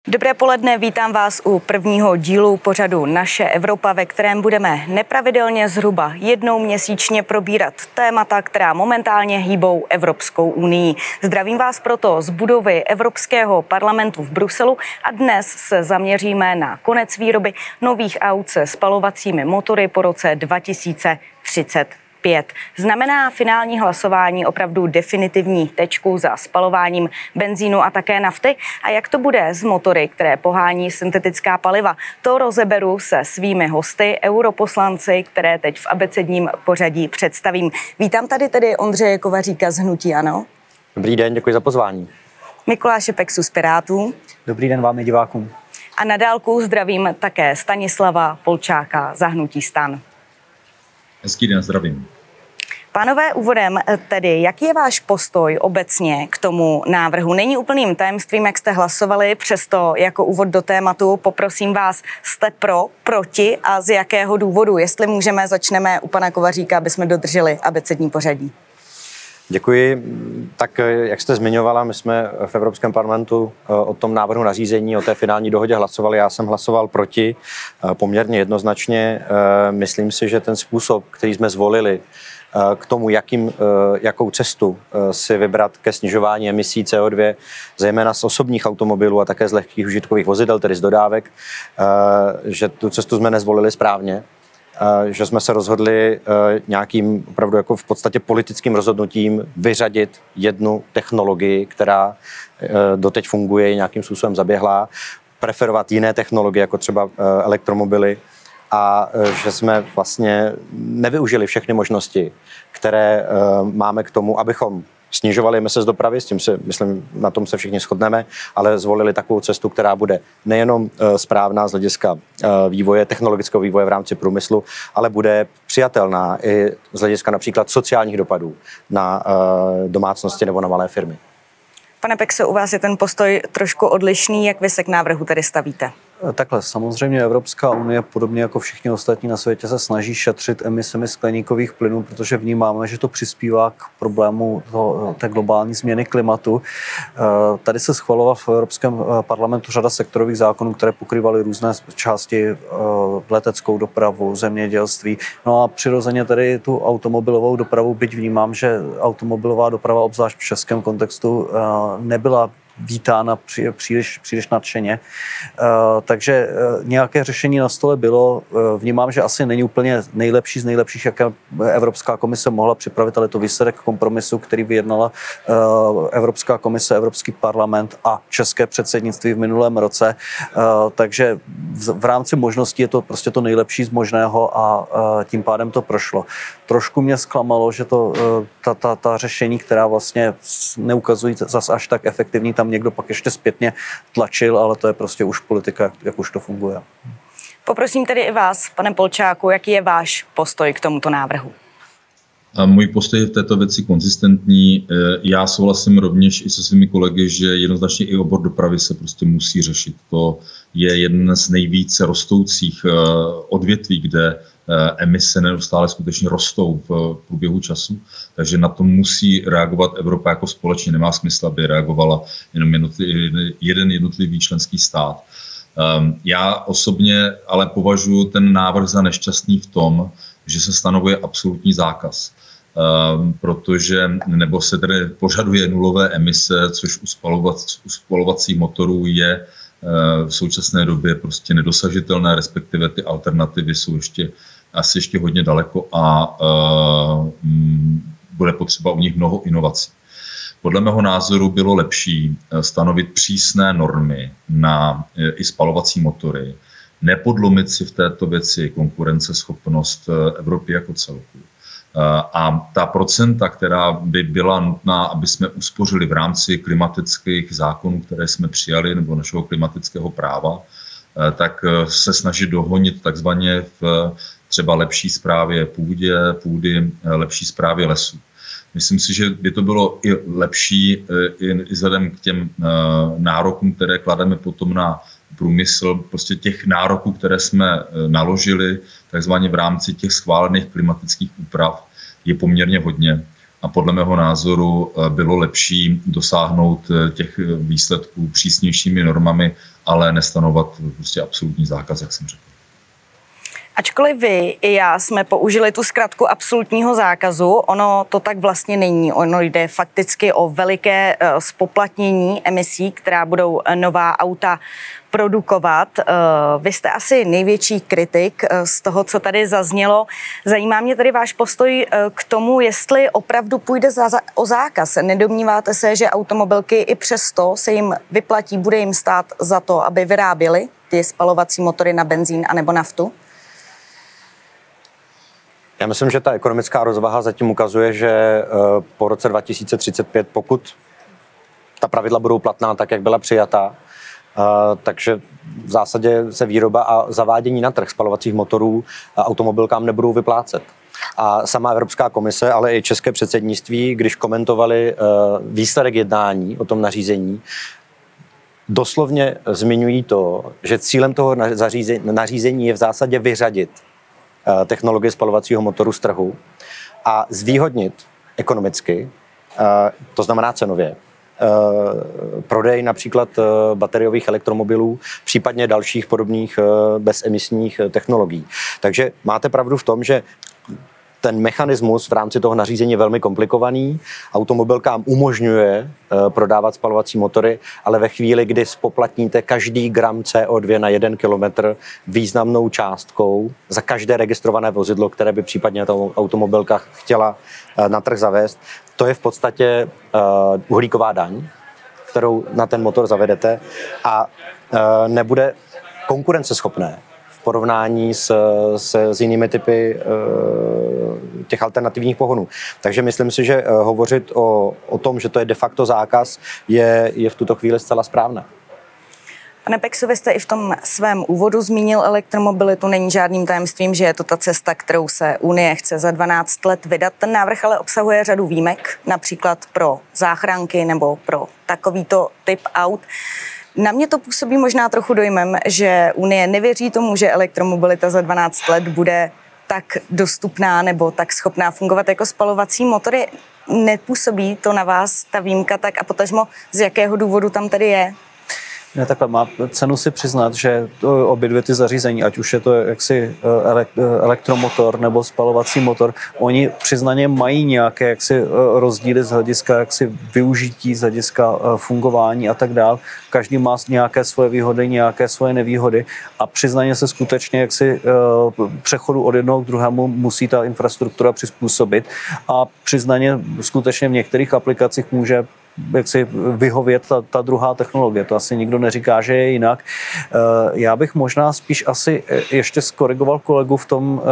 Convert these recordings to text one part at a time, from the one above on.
Dobré poledne, vítám vás u prvního dílu pořadu Naše Evropa, ve kterém budeme nepravidelně zhruba jednou měsíčně probírat témata, která momentálně hýbou Evropskou unii. Zdravím vás proto z budovy Evropského parlamentu v Bruselu a dnes se zaměříme na konec výroby nových aut se spalovacími motory po roce 2035. Znamená finální hlasování opravdu definitivní tečku za spalováním benzínu a také nafty? A jak to bude s motory, které pohání syntetická paliva? To rozeberu se svými hosty, europoslanci, které teď v abecedním pořadí představím. Vítám tady tedy Ondřeje Kovaříka z Hnutí ANO. Dobrý den, děkuji za pozvání. Mikuláše Peksu z Pirátů. Dobrý den vám i divákům. A na dálku zdravím také Stanislava Polčáka za Hnutí STAN. Hezký den, zdravím. Pánové, úvodem tedy, jaký je váš postoj obecně k tomu návrhu? Není úplným tajemstvím, jak jste hlasovali, přesto jako úvod do tématu poprosím vás, jste pro, proti a z jakého důvodu? Jestli můžeme, začneme u pana Kovaříka, aby jsme dodrželi abecední pořadí. Děkuji. Tak jak jste zmiňovala, my jsme v Evropském parlamentu o tom návrhu nařízení, o té finální dohodě hlasovali. Já jsem hlasoval proti poměrně jednoznačně. Myslím si, že ten způsob, který jsme zvolili k tomu, jakou cestu si vybrat ke snižování emisí CO2, zejména z osobních automobilů a také z lehkých užitkových vozidel, tedy z dodávek, že tu cestu jsme nezvolili správně. Že jsme se rozhodli nějakým opravdu jako v podstatě politickým rozhodnutím vyřadit jednu technologii, která doteď funguje, nějakým způsobem zaběhlá, preferovat jiné technologie, jako třeba elektromobily, a že jsme vlastně nevyužili všechny možnosti, které máme k tomu, abychom snižovali emise z dopravy, s tím si myslím, na tom se všichni shodneme, ale zvolili takovou cestu, která bude nejenom správná z hlediska vývoje, technologického vývoje v rámci průmyslu, ale bude přijatelná i z hlediska například sociálních dopadů na domácnosti nebo na malé firmy. Pane Pekso, u vás je ten postoj trošku odlišný, jak vy se k návrhu tedy stavíte? Takhle, samozřejmě Evropská unie, podobně jako všichni ostatní na světě, se snaží šetřit emisemi skleníkových plynů, protože vnímáme, že to přispívá k problému té globální změny klimatu. Tady se schvalovala v Evropském parlamentu řada sektorových zákonů, které pokrývaly různé části, leteckou dopravu, zemědělství. No a přirozeně tady tu automobilovou dopravu, byť vnímám, že automobilová doprava, obzvlášť v českém kontextu, nebyla vítána příliš nadšeně. Takže nějaké řešení na stole bylo. Vnímám, že asi není úplně nejlepší z nejlepších, jaké Evropská komise mohla připravit, ale to výsledek kompromisu, který vyjednala Evropská komise, Evropský parlament a české předsednictví v minulém roce. Takže v rámci možností je to prostě to nejlepší z možného a tím pádem to prošlo. Trošku mě zklamalo, že ta řešení, která vlastně neukazují zas až tak efektivní, tam někdo pak ještě zpětně tlačil, ale to je prostě už politika, jak už to funguje. Poprosím tedy i vás, pane Polčáku, jaký je váš postoj k tomuto návrhu? A můj postoj je v této věci konzistentní. Já souhlasím rovněž i se svými kolegy, že jednoznačně i obor dopravy se prostě musí řešit. To je jeden z nejvíce rostoucích odvětví, kde emise neustále skutečně rostou v průběhu času, takže na to musí reagovat Evropa jako společně. Nemá smysl, aby reagovala jenom jeden jednotlivý členský stát. Já osobně ale považuji ten návrh za nešťastný v tom, že se stanovuje absolutní zákaz, protože nebo se tedy požaduje nulové emise, což u spalovacích motorů je v současné době prostě nedosažitelné, respektive ty alternativy jsou asi ještě hodně daleko a bude potřeba u nich mnoho inovací. Podle mého názoru bylo lepší stanovit přísné normy na i spalovací motory, nepodlomit si v této věci konkurenceschopnost Evropy jako celku. A ta procenta, která by byla nutná, aby jsme uspořili v rámci klimatických zákonů, které jsme přijali, nebo našeho klimatického práva, tak se snažit dohonit takzvaně v třeba lepší správě půdy, lepší správě lesů. Myslím si, že by to bylo i lepší i vzhledem k těm nárokům, které klademe potom na průmysl, prostě těch nároků, které jsme naložili takzvaně v rámci těch schválených klimatických úprav, je poměrně hodně. a podle mého názoru bylo lepší dosáhnout těch výsledků přísnějšími normami, ale nestanovat prostě absolutní zákaz, jak jsem řekl. Ačkoliv vy i já jsme použili tu zkratku absolutního zákazu, ono to tak vlastně není. Ono jde fakticky o veliké spoplatnění emisí, která budou nová auta produkovat. Vy jste asi největší kritik z toho, co tady zaznělo. Zajímá mě tedy váš postoj k tomu, jestli opravdu půjde o zákaz. Nedomníváte se, že automobilky i přesto se jim vyplatí, bude jim stát za to, aby vyráběly ty spalovací motory na benzín anebo naftu? Já myslím, že ta ekonomická rozvaha zatím ukazuje, že po roce 2035, pokud ta pravidla budou platná tak, jak byla přijata, takže v zásadě se výroba a zavádění na trh spalovacích motorů automobilkám nebudou vyplácet. A sama Evropská komise, ale i české předsednictví, když komentovali výsledek jednání o tom nařízení, doslovně zmiňují to, že cílem toho nařízení je v zásadě vyřadit technologie spalovacího motoru z trhu a zvýhodnit ekonomicky, to znamená cenově, prodej například bateriových elektromobilů, případně dalších podobných bezemisních technologií. Takže máte pravdu v tom, že ten mechanismus v rámci toho nařízení je velmi komplikovaný. Automobilkám umožňuje prodávat spalovací motory, ale ve chvíli, kdy spoplatníte každý gram CO2 na 1 kilometr významnou částkou za každé registrované vozidlo, které by případně ta automobilka chtěla na trh zavést, to je v podstatě uhlíková daň, kterou na ten motor zavedete a nebude konkurenceschopné v porovnání s jinými typy těch alternativních pohonů. Takže myslím si, že hovořit o tom, že to je de facto zákaz, je v tuto chvíli zcela správné. Pane Pexo, vy jste i v tom svém úvodu zmínil elektromobilitu. Není žádným tajemstvím, že je to ta cesta, kterou se Unie chce za 12 let vydat. Ten návrh ale obsahuje řadu výjimek, například pro záchranky nebo pro takovýto typ aut. Na mě to působí možná trochu dojmem, že Unie nevěří tomu, že elektromobilita za 12 let bude tak dostupná nebo tak schopná fungovat jako spalovací motory. Nepůsobí to na vás, ta výjimka, tak a potažmo z jakého důvodu tam tedy je? Ne, takhle má cenu si přiznat, že obě dvě ty zařízení, ať už je to jaksi elektromotor nebo spalovací motor, oni přiznaně mají nějaké jaksi rozdíly z hlediska jaksi využití, z hlediska fungování a tak dál. Každý má nějaké svoje výhody, nějaké svoje nevýhody a přiznaně se skutečně jaksi přechodu od jednoho k druhému musí ta infrastruktura přizpůsobit a přiznaně skutečně v některých aplikacích může jak si vyhovět ta druhá technologie. To asi nikdo neříká, že je jinak. Já bych možná spíš asi ještě skorigoval kolegu v tom,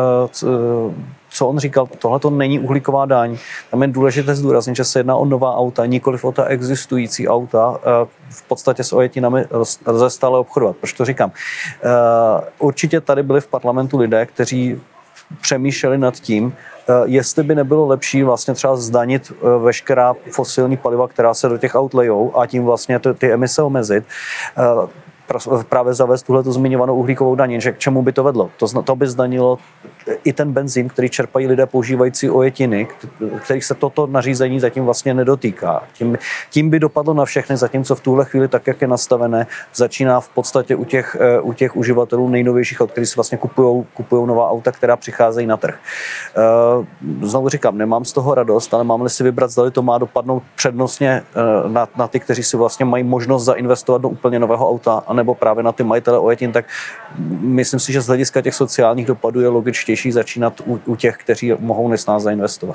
co on říkal. Tohle to není uhlíková daň. Tam je důležité zdůraznit, že se jedná o nová auta, nikoliv o ta existující auta. V podstatě s ojetinami lze stále obchodovat. Proč to říkám? Určitě tady byli v parlamentu lidé, kteří přemýšleli nad tím, jestli by nebylo lepší vlastně třeba zdanit veškerá fosilní paliva, která se do těch aut lejou a tím vlastně ty emise omezit. Právě zavést tuhletu zmiňovanou uhlíkovou daň, že k čemu by to vedlo? To by zdanilo i ten benzín, který čerpají lidé používající ojetiny, kterých se toto nařízení zatím vlastně nedotýká. Tím by dopadlo na všechny, zatímco v tuhle chvíli, tak jak je nastavené, začíná v podstatě u těch uživatelů nejnovějších aut, kteří si vlastně kupují nová auta, která přicházejí na trh. Znovu říkám, nemám z toho radost, ale mám-li si vybrat, zda to má dopadnout přednostně na ty, kteří si vlastně mají možnost zainvestovat do úplně nového auta, nebo právě na ty majitele ojetin, tak myslím si, že z hlediska těch sociálních dopadů je logičtější začínat u těch, kteří mohou nesnáze zainvestovat.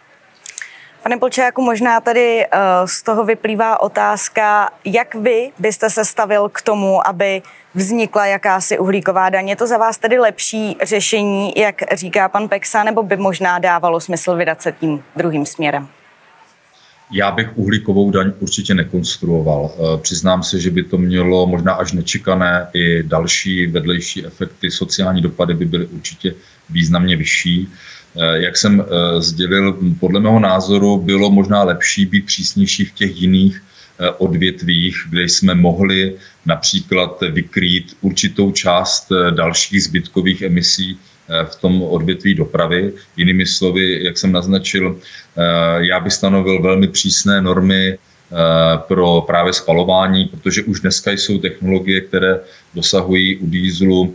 Pane Polčáku, možná tady z toho vyplývá otázka, jak vy byste se stavil k tomu, aby vznikla jakási uhlíková daň. Je to za vás tedy lepší řešení, jak říká pan Peksa, nebo by možná dávalo smysl vydat se tím druhým směrem? Já bych uhlíkovou daň určitě nekonstruoval. Přiznám se, že by to mělo možná až nečekané i další vedlejší efekty, sociální dopady by byly určitě významně vyšší. Jak jsem sdělil, podle mého názoru bylo možná lepší být přísnější v těch jiných odvětvích, kde jsme mohli například vykrýt určitou část dalších zbytkových emisí v tom odvětví dopravy. Jinými slovy, jak jsem naznačil, já bych stanovil velmi přísné normy pro právě spalování, protože už dneska jsou technologie, které dosahují u dieselu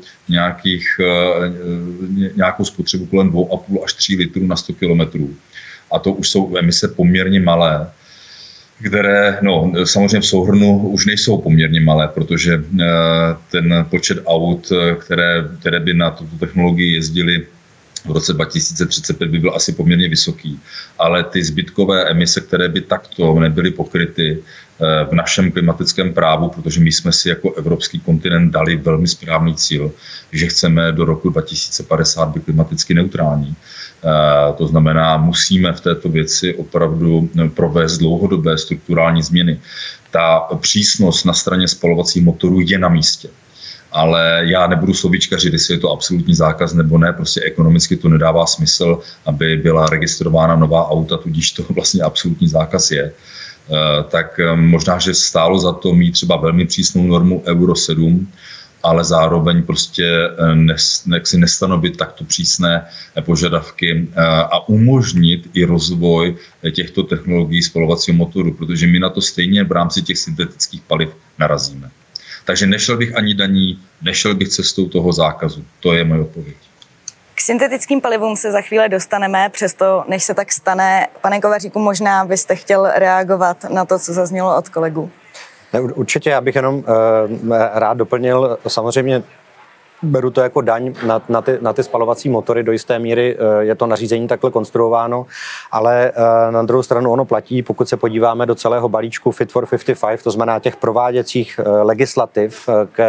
nějakou spotřebu kolem 2,5 až 3 litrů na 100 kilometrů. A to už jsou emise poměrně malé, které samozřejmě v souhrnu už nejsou poměrně malé, protože ten počet aut, které by na tuto technologii jezdily v roce 2035 by byl asi poměrně vysoký. Ale ty zbytkové emise, které by takto nebyly pokryty v našem klimatickém právu, protože my jsme si jako evropský kontinent dali velmi správný cíl, že chceme do roku 2050 být klimaticky neutrální. To znamená, musíme v této věci opravdu provést dlouhodobé strukturální změny. Ta přísnost na straně spalovacích motorů je na místě. Ale já nebudu slovíčkařit, jestli je to absolutní zákaz nebo ne, prostě ekonomicky to nedává smysl, aby byla registrována nová auta, tudíž to vlastně absolutní zákaz je. Tak možná, že stálo za to mít třeba velmi přísnou normu Euro 7, ale zároveň prostě si nestanovit takto přísné požadavky a umožnit i rozvoj těchto technologií spalovacího motoru, protože my na to stejně v rámci těch syntetických paliv narazíme. Takže nešel bych ani daní, nešel bych cestou toho zákazu. To je moje odpověď. K syntetickým palivům se za chvíli dostaneme, přesto než se tak stane, pane Kovaříku, možná byste chtěl reagovat na to, co zaznělo od kolegů. Určitě, já bych jenom rád doplnil, samozřejmě beru to jako daň na ty spalovací motory, do jisté míry je to nařízení takhle konstruováno, ale na druhou stranu ono platí, pokud se podíváme do celého balíčku Fit for 55, to znamená těch prováděcích legislativ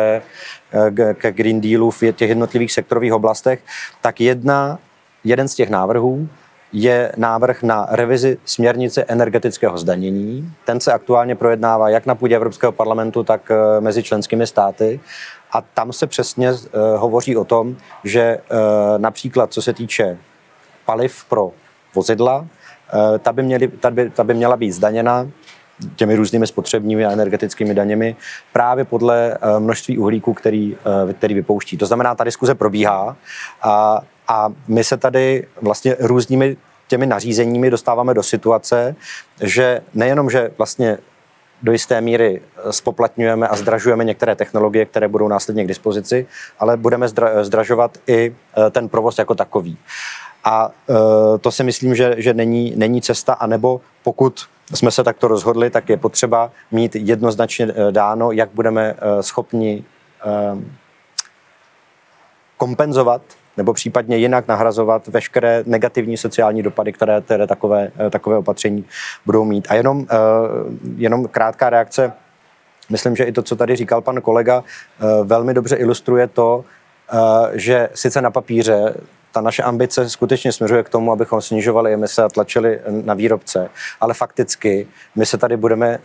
ke Green Dealu v těch jednotlivých sektorových oblastech, tak jeden z těch návrhů je návrh na revizi směrnice energetického zdanění. Ten se aktuálně projednává jak na půdě Evropského parlamentu, tak mezi členskými státy. A tam se přesně hovoří o tom, že například co se týče paliv pro vozidla, ta by měla být zdaněna těmi různými spotřebními a energetickými daněmi právě podle množství uhlíku, který vypouští. To znamená, ta diskuze probíhá a my se tady vlastně různými těmi nařízeními dostáváme do situace, že nejenom, že vlastně do jisté míry spoplatňujeme a zdražujeme některé technologie, které budou následně k dispozici, ale budeme zdražovat i ten provoz jako takový. A to si myslím, že není cesta, anebo pokud jsme se takto rozhodli, tak je potřeba mít jednoznačně dáno, jak budeme schopni kompenzovat nebo případně jinak nahrazovat veškeré negativní sociální dopady, které takové opatření budou mít. A jenom krátká reakce. Myslím, že i to, co tady říkal pan kolega, velmi dobře ilustruje to, že sice na papíře ta naše ambice skutečně směřuje k tomu, abychom snižovali emise a tlačili na výrobce, ale fakticky my se tady budeme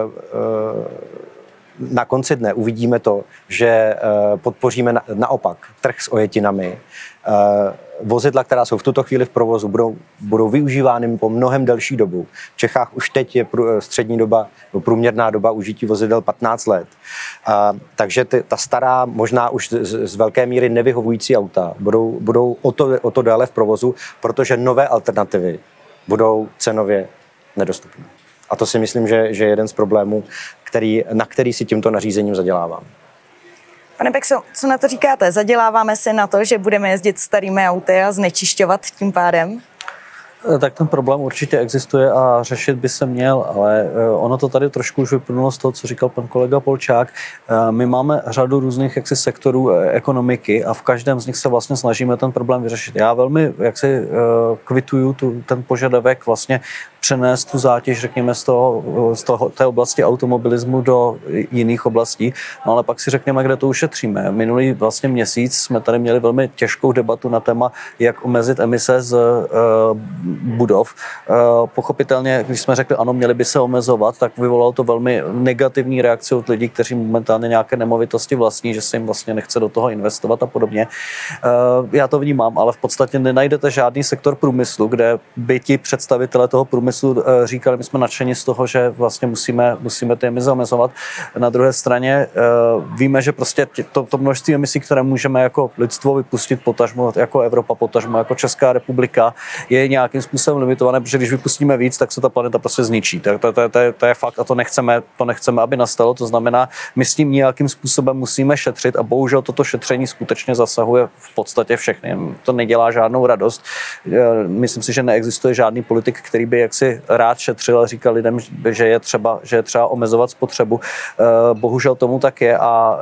na konci dne uvidíme to, že podpoříme naopak trh s ojetinami. Vozidla, která jsou v tuto chvíli v provozu, budou využívány po mnohem delší dobu. V Čechách už teď je střední doba, průměrná doba užití vozidel 15 let. Takže ta stará, možná už z velké míry nevyhovující auta budou o to déle v provozu, protože nové alternativy budou cenově nedostupné. A to si myslím, že je jeden z problémů, na který si tímto nařízením zadělávám. Pane Pexo, co na to říkáte? Zaděláváme se na to, že budeme jezdit starými auty a znečišťovat tím pádem? Tak ten problém určitě existuje a řešit by se měl, ale ono to tady trošku už vyplynulo z toho, co říkal pan kolega Polčák. My máme řadu různých sektorů ekonomiky a v každém z nich se vlastně snažíme ten problém vyřešit. Já velmi kvituju ten požadavek vlastně přenést tu zátěž, řekněme, z té oblasti automobilismu do jiných oblastí, no ale pak si řekněme, kde to ušetříme. Minulý vlastně měsíc jsme tady měli velmi těžkou debatu na téma, jak omezit emise z budov. Pochopitelně, když jsme řekli, ano, měli by se omezovat, tak vyvolalo to velmi negativní reakci od lidí, kteří momentálně nějaké nemovitosti vlastní, že se jim vlastně nechce do toho investovat a podobně. Já to vnímám, ale v podstatě nenajdete žádný sektor průmyslu, kde by ti představitelé toho průmyslu průmyslu říkali, my jsme nadšeni z toho, že vlastně musíme ty emise omezovat. Na druhé straně víme, že prostě to množství emisí, které můžeme jako lidstvo vypustit, potažmo jako Evropa, potažmo jako Česká republika, je nějakým způsobem limitované, protože když vypustíme víc, tak se ta planeta prostě zničí. To je fakt a to nechceme, aby nastalo. To znamená, my s tím nějakým způsobem musíme šetřit a bohužel toto šetření skutečně zasahuje v podstatě všechny. To nedělá žádnou radost. Myslím si, že neexistuje žádný politik, který by jaksi rád šetřil a říkal lidem, že je třeba omezovat spotřebu. Bohužel tomu tak je a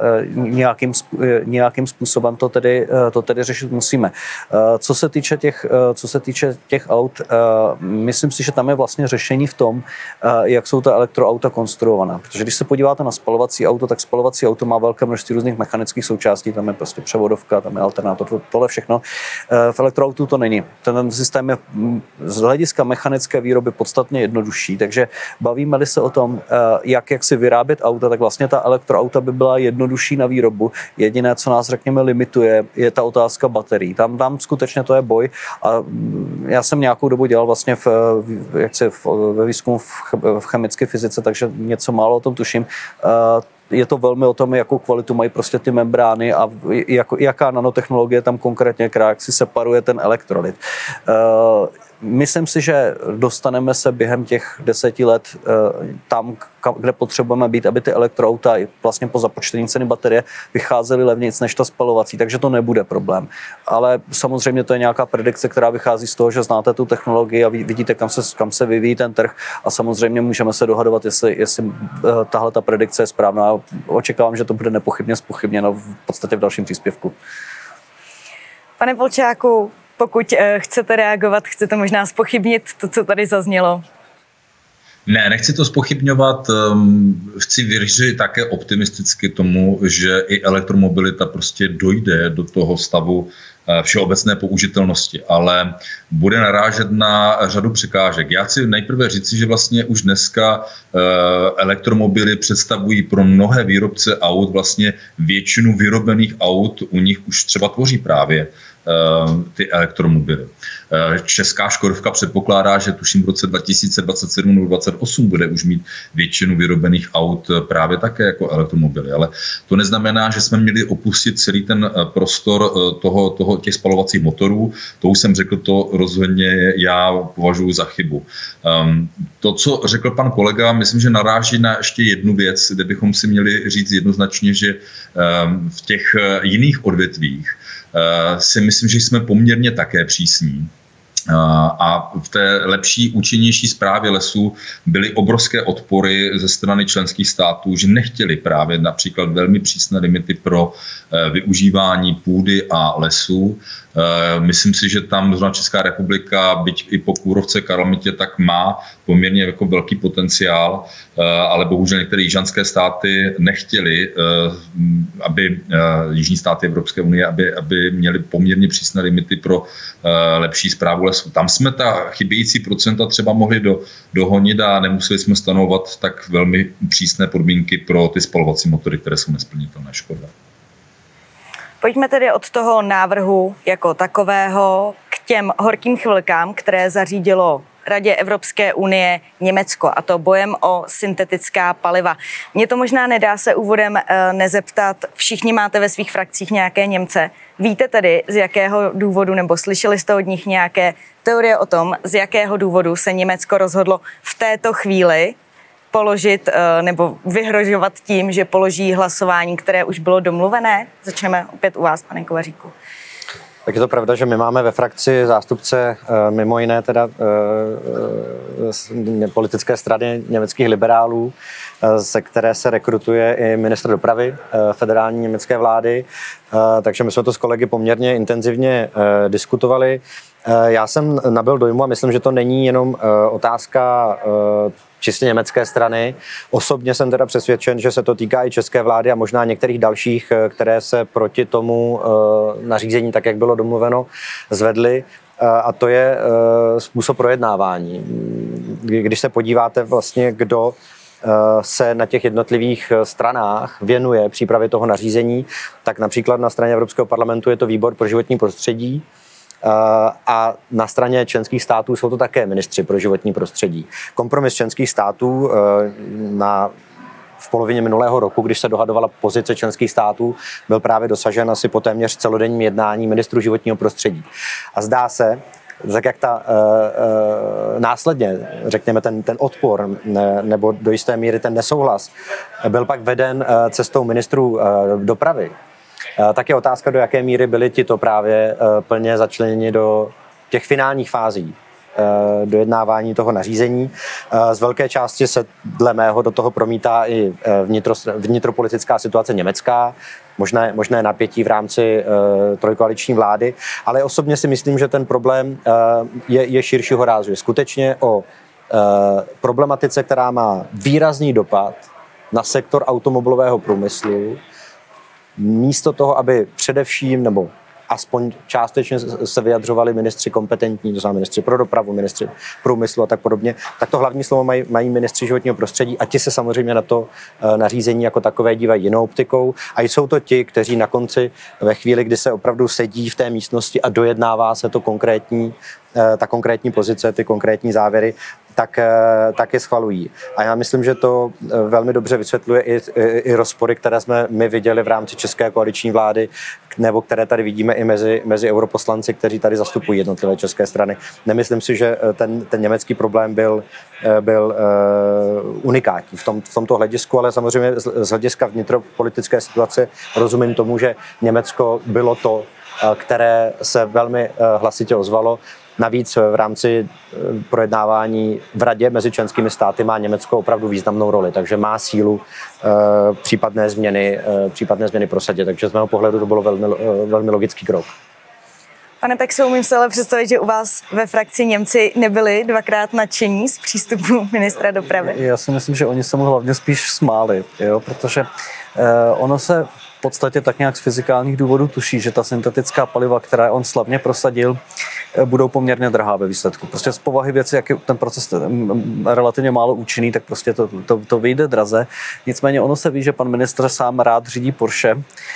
nějakým způsobem to tedy řešit musíme. Co se týče těch aut, myslím si, že tam je vlastně řešení v tom, jak jsou ta elektroauta konstruovaná. Protože když se podíváte na spalovací auto, tak spalovací auto má velké množství různých mechanických součástí, tam je prostě převodovka, tam je alternátor, tohle všechno. V elektroautu to není. Ten systém je z hlediska mechanické výroby podstatně jednodušší, takže bavíme-li se o tom, jak si vyrábět auta, tak vlastně ta elektroauta by byla jednodušší na výrobu. Jediné, co nás, řekněme, limituje, je ta otázka baterií. Tam skutečně to je boj a já jsem nějakou dobu dělal vlastně ve výzkumu v chemické fyzice, takže něco málo o tom tuším. Je to velmi o tom, jakou kvalitu mají prostě ty membrány a jaká nanotechnologie tam konkrétně, která si separuje ten elektrolyt. Myslím si, že dostaneme se během těch 10 let tam, kde potřebujeme být, aby ty elektroauta vlastně po započtení ceny baterie vycházely levnějc než ta spalovací, takže to nebude problém. Ale samozřejmě to je nějaká predikce, která vychází z toho, že znáte tu technologii a vidíte, kam se vyvíjí ten trh a samozřejmě můžeme se dohadovat, jestli tahle ta predikce je správná. Očekávám, že to bude nepochybně zpochybněno v podstatě v dalším příspěvku. Pane Polčáku, pokud chcete reagovat, chcete možná zpochybnit to, co tady zaznělo? Ne, nechci to zpochybňovat. Chci věřit také optimisticky tomu, že i elektromobilita prostě dojde do toho stavu všeobecné použitelnosti, ale bude narážet na řadu překážek. Já chci nejprve říci, že vlastně už dneska elektromobily představují pro mnohé výrobce aut vlastně většinu vyrobených aut, u nich už třeba tvoří právě ty elektromobily. Česká Škodovka předpokládá, že tuším v roce 2027 nebo 2028 bude už mít většinu vyrobených aut právě také jako elektromobily. Ale to neznamená, že jsme měli opustit celý ten prostor těch spalovacích motorů. To už jsem řekl, to rozhodně já považuji za chybu. To, co řekl pan kolega, myslím, že naráží na ještě jednu věc, kde bychom si měli říct jednoznačně, že v těch jiných odvětvích si myslím, že jsme poměrně také přísní. A v té lepší, účinnější správě lesů byly obrovské odpory ze strany členských států, že nechtěli právě například velmi přísné limity pro využívání půdy a lesů. Myslím si, že tam zrovna Česká republika, byť i po kůrovce kalamitě, tak má poměrně jako velký potenciál, ale bohužel některé jižanské státy nechtěly, aby jižní státy Evropské unie, aby měly poměrně přísné limity pro lepší správu lesů. Tam jsme ta chybějící procenta třeba mohli dohonit a nemuseli jsme stanovat tak velmi přísné podmínky pro ty spalovací motory, které jsou nesplnitelné. Škoda. Pojďme tedy od toho návrhu jako takového k těm horkým chvilkám, které zařídilo Radě Evropské unie Německo, a to bojem o syntetická paliva. Mně to možná nedá se úvodem nezeptat, všichni máte ve svých frakcích nějaké Němce. Víte tedy, z jakého důvodu, nebo slyšeli jste od nich nějaké teorie o tom, z jakého důvodu se Německo rozhodlo v této chvíli položit nebo vyhrožovat tím, že položí hlasování, které už bylo domluvené? Začneme opět u vás, pane Kovaříku. Tak je to pravda, že my máme ve frakci zástupce mimo jiné teda politické strany německých liberálů, ze které se rekrutuje i ministr dopravy federální německé vlády, takže my jsme to s kolegy poměrně intenzivně diskutovali. Já jsem nabyl dojmu a myslím, že to není jenom otázka čistě německé strany. Osobně jsem teda přesvědčen, že se to týká i české vlády a možná některých dalších, které se proti tomu nařízení, tak jak bylo domluveno, zvedly. A to je způsob projednávání. Když se podíváte vlastně, kdo se na těch jednotlivých stranách věnuje přípravě toho nařízení, tak například na straně Evropského parlamentu je to výbor pro životní prostředí, a na straně členských států jsou to také ministři pro životní prostředí. Kompromis členských států v polovině minulého roku, když se dohadovala pozice členských států, byl právě dosažen asi po téměř celodenním jednání ministrů životního prostředí. A zdá se, tak jak následně, řekněme, ten odpor nebo do jisté míry ten nesouhlas byl pak veden cestou ministrů dopravy, tak je otázka, do jaké míry byli tito právě plně začleněni do těch finálních fází dojednávání toho nařízení. Z velké části se dle mého do toho promítá i vnitropolitická situace německá, možné napětí v rámci trojkoaliční vlády, ale osobně si myslím, že ten problém je širšího rázu. Je skutečně o problematice, která má výrazný dopad na sektor automobilového průmyslu. Místo toho, aby především nebo aspoň částečně se vyjadřovali ministři kompetentní, to znamená ministři pro dopravu, ministři průmyslu a tak podobně, tak to hlavní slovo mají ministři životního prostředí a ti se samozřejmě na to nařízení jako takové dívají jinou optikou a jsou to ti, kteří na konci ve chvíli, kdy se opravdu sedí v té místnosti a dojednává se to ta konkrétní pozice, ty konkrétní závěry, tak je schvalují. A já myslím, že to velmi dobře vysvětluje i rozpory, které jsme my viděli v rámci české koaliční vlády, nebo které tady vidíme i mezi europoslanci, kteří tady zastupují jednotlivé české strany. Nemyslím si, že ten německý problém byl unikátní v tomto hledisku, ale samozřejmě z hlediska vnitropolitické situace rozumím tomu, že Německo bylo to, které se velmi hlasitě ozvalo. Navíc v rámci projednávání v radě mezi členskými státy má Německo opravdu významnou roli, takže má sílu případné změny prosadit. Takže z mého pohledu to bylo velmi logický krok. Pane Pexo, umím se ale představit, že u vás ve frakci Němci nebyli dvakrát nadšení z přístupu ministra dopravy. Já si myslím, že oni se mu hlavně spíš smáli, protože ono se v podstatě tak nějak z fyzikálních důvodů tuší, že ta syntetická paliva, která on slavně prosadil, budou poměrně drahá ve výsledku. Prostě z povahy věci, jak je ten proces relativně málo účinný, tak prostě to vyjde draze. Nicméně ono se ví, že pan ministr sám rád řídí Porsche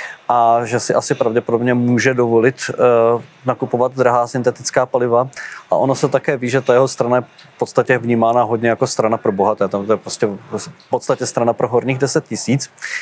a že si asi pravděpodobně může dovolit nakupovat drahá syntetická paliva. A ono se také ví, že ta jeho strana je v podstatě vnímána hodně jako strana pro bohaté. To je prostě v podstatě strana pro horních 10 000.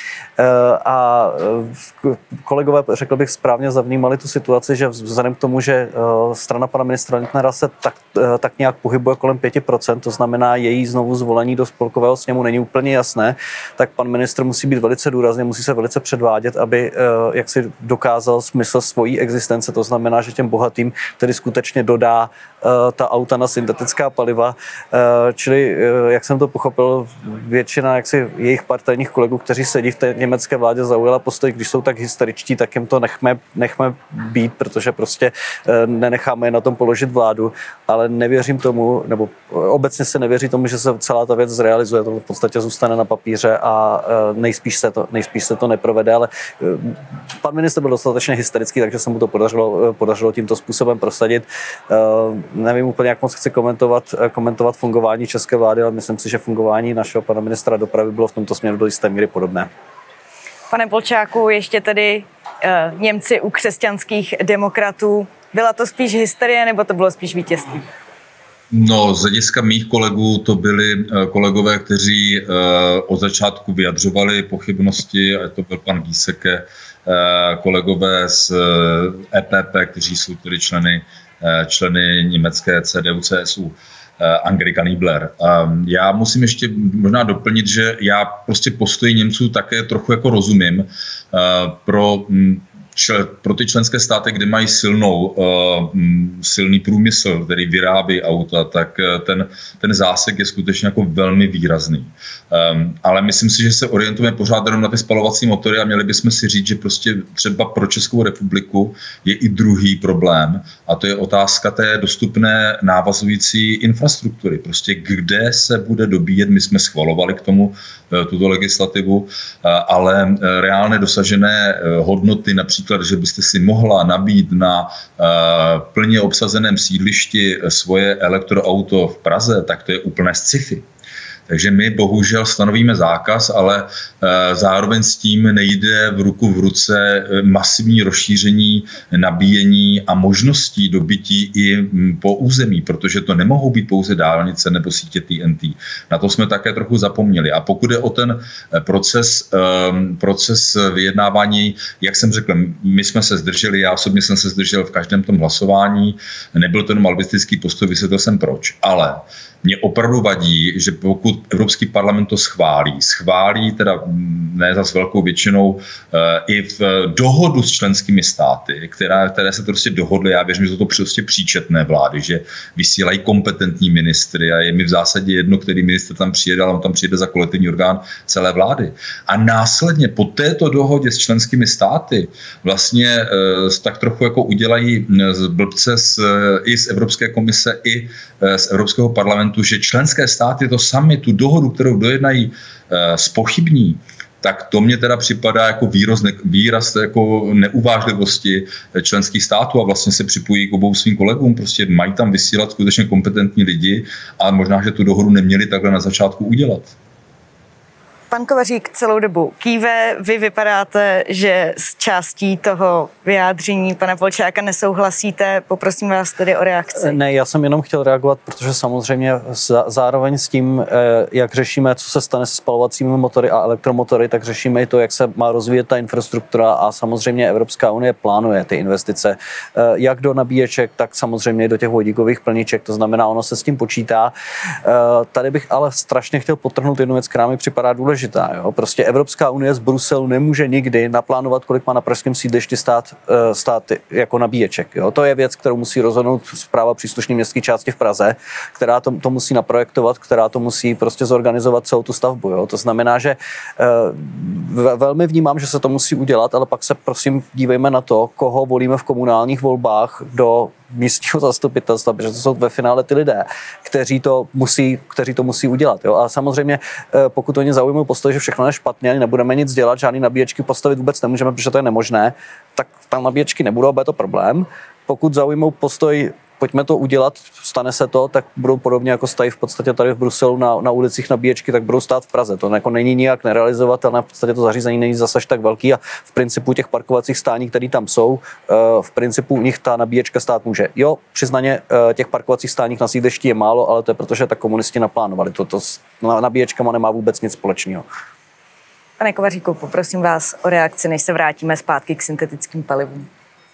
A kolegové, řekl bych, správně zavnímali tu situaci, že vzhledem k tomu, že strana pana ministra Lindnera se tak nějak pohybuje kolem 5%, to znamená její znovu zvolení do spolkového sněmu není úplně jasné, tak pan ministr musí být velice důrazný, musí se velice předvádět, aby jak si dokázal smysl svojí existence, to znamená, že těm bohatým tedy skutečně dodá ta auta na syntetická paliva, čili jak jsem to pochopil, většina jaksi jejich partajních kolegů, kteří sedí v té německé vládě, zaujala postoj, když jsou tak hysteričtí, tak jim to nechme být, protože prostě nenecháme je na tom položit vládu, ale nevěřím tomu, nebo obecně se nevěří tomu, že se celá ta věc zrealizuje, to v podstatě zůstane na papíře a nejspíš se to neprovede, ale pan ministr byl dostatečně hysterický, takže se mu to podařilo tímto způsobem prosadit. Nevím úplně, jak moc chci komentovat fungování české vlády, ale myslím si, že fungování našeho pana ministra dopravy bylo v tomto směru do jisté míry podobné. Pane Polčáku, ještě tedy Němci u křesťanských demokratů. Byla to spíš hysterie, nebo to bylo spíš vítězství? No, z hlediska mých kolegů to byli kolegové, kteří od začátku vyjadřovali pochybnosti, a to byl pan Giesecke, kolegové z EPP, kteří jsou tedy členy německé CDU, CSU, Angelika Niebler. Já musím ještě možná doplnit, že já prostě postoji Němců také trochu jako rozumím. Pro ty členské státy, kde mají silný průmysl, který vyrábí auta, tak ten zásek je skutečně jako velmi výrazný. Ale myslím si, že se orientujeme pořád jenom na ty spalovací motory a měli bychom si říct, že prostě třeba pro Českou republiku je i druhý problém a to je otázka té dostupné návazující infrastruktury. Prostě kde se bude dobíjet, my jsme schvalovali k tomu tuto legislativu, ale reálně dosažené hodnoty, například, že byste si mohla nabít na plně obsazeném sídlišti svoje elektroauto v Praze, tak to je úplné sci-fi. Takže my bohužel stanovíme zákaz, ale zároveň s tím nejde v ruku v ruce masivní rozšíření nabíjení a možností dobytí i po území, protože to nemohou být pouze dálnice nebo sítě TNT. Na to jsme také trochu zapomněli. A pokud je o ten proces vyjednávání, jak jsem řekl, my jsme se zdrželi, já osobně jsem se zdržel v každém tom hlasování, nebyl to jenom albistický postoj, vysvětlil jsem proč, ale mě opravdu vadí, že pokud Evropský parlament to schválí teda ne zas velkou většinou i v dohodu s členskými státy, které se prostě dohodly, já věřím, že to prostě příčetné vlády, že vysílají kompetentní ministry a je mi v zásadě jedno, který ministr tam přijede, ale on tam přijede za kolektivní orgán celé vlády. A následně po této dohodě s členskými státy vlastně tak trochu jako udělají blbce i z Evropské komise, i z Evropského parlamentu, že členské státy to sami, tu dohodu, kterou dojednají, zpochybní, tak to mně teda připadá jako výraz jako neuvážlivosti členských států a vlastně se připojí k obou svým kolegům. Prostě mají tam vysílat skutečně kompetentní lidi a možná, že tu dohodu neměli takhle na začátku udělat. Pan Kovařík celou dobu kýve, vy vypadáte, že s částí toho vyjádření pana Polčáka nesouhlasíte, poprosím vás tedy o reakci. Ne, já jsem jenom chtěl reagovat, protože samozřejmě zároveň s tím, jak řešíme, co se stane se spalovacími motory a elektromotory, tak řešíme i to, jak se má rozvíjet ta infrastruktura a samozřejmě Evropská unie plánuje ty investice, jak do nabíječek, tak samozřejmě i do těch vodíkových plniček, to znamená, ono se s tím počítá. Tady bych ale strašně chtěl podtrhnout jednu věc, která mi připadá důležitá. Jo? Prostě Evropská unie z Bruselu nemůže nikdy naplánovat, kolik má na pražském sídlišti stát jako nabíječek. Jo? To je věc, kterou musí rozhodnout správa příslušné městské části v Praze, která to musí naprojektovat, která to musí prostě zorganizovat celou tu stavbu. Jo? To znamená, že velmi vnímám, že se to musí udělat, ale pak se prosím dívejme na to, koho volíme v komunálních volbách do místního zastupitelstva, protože to jsou ve finále ty lidé, kteří to musí udělat. Jo? A samozřejmě, pokud oni zaujmou postoj, že všechno je špatně, nebudeme nic dělat, žádný nabíječky postavit vůbec nemůžeme, protože to je nemožné, tak tam nabíječky nebudou a bude to problém. Pokud zaujmou postoj, pojďme to udělat, stane se to, tak budou podobně jako stají v podstatě tady v Bruselu na ulicích nabíječky, tak budou stát v Praze. To jako není nijak nerealizovatelné, v podstatě to zařízení není zase tak velký a v principu těch parkovacích stání, které tam jsou, v principu u nich ta nabíječka stát může. Jo, přiznaně těch parkovacích stání na sídlišti je málo, ale to je protože tak komunisti naplánovali. To s nabíječkama nemá vůbec nic společného. Pane Kovaříku, poprosím vás o reakci, než se vrátíme zpátky k syntetickým palivům.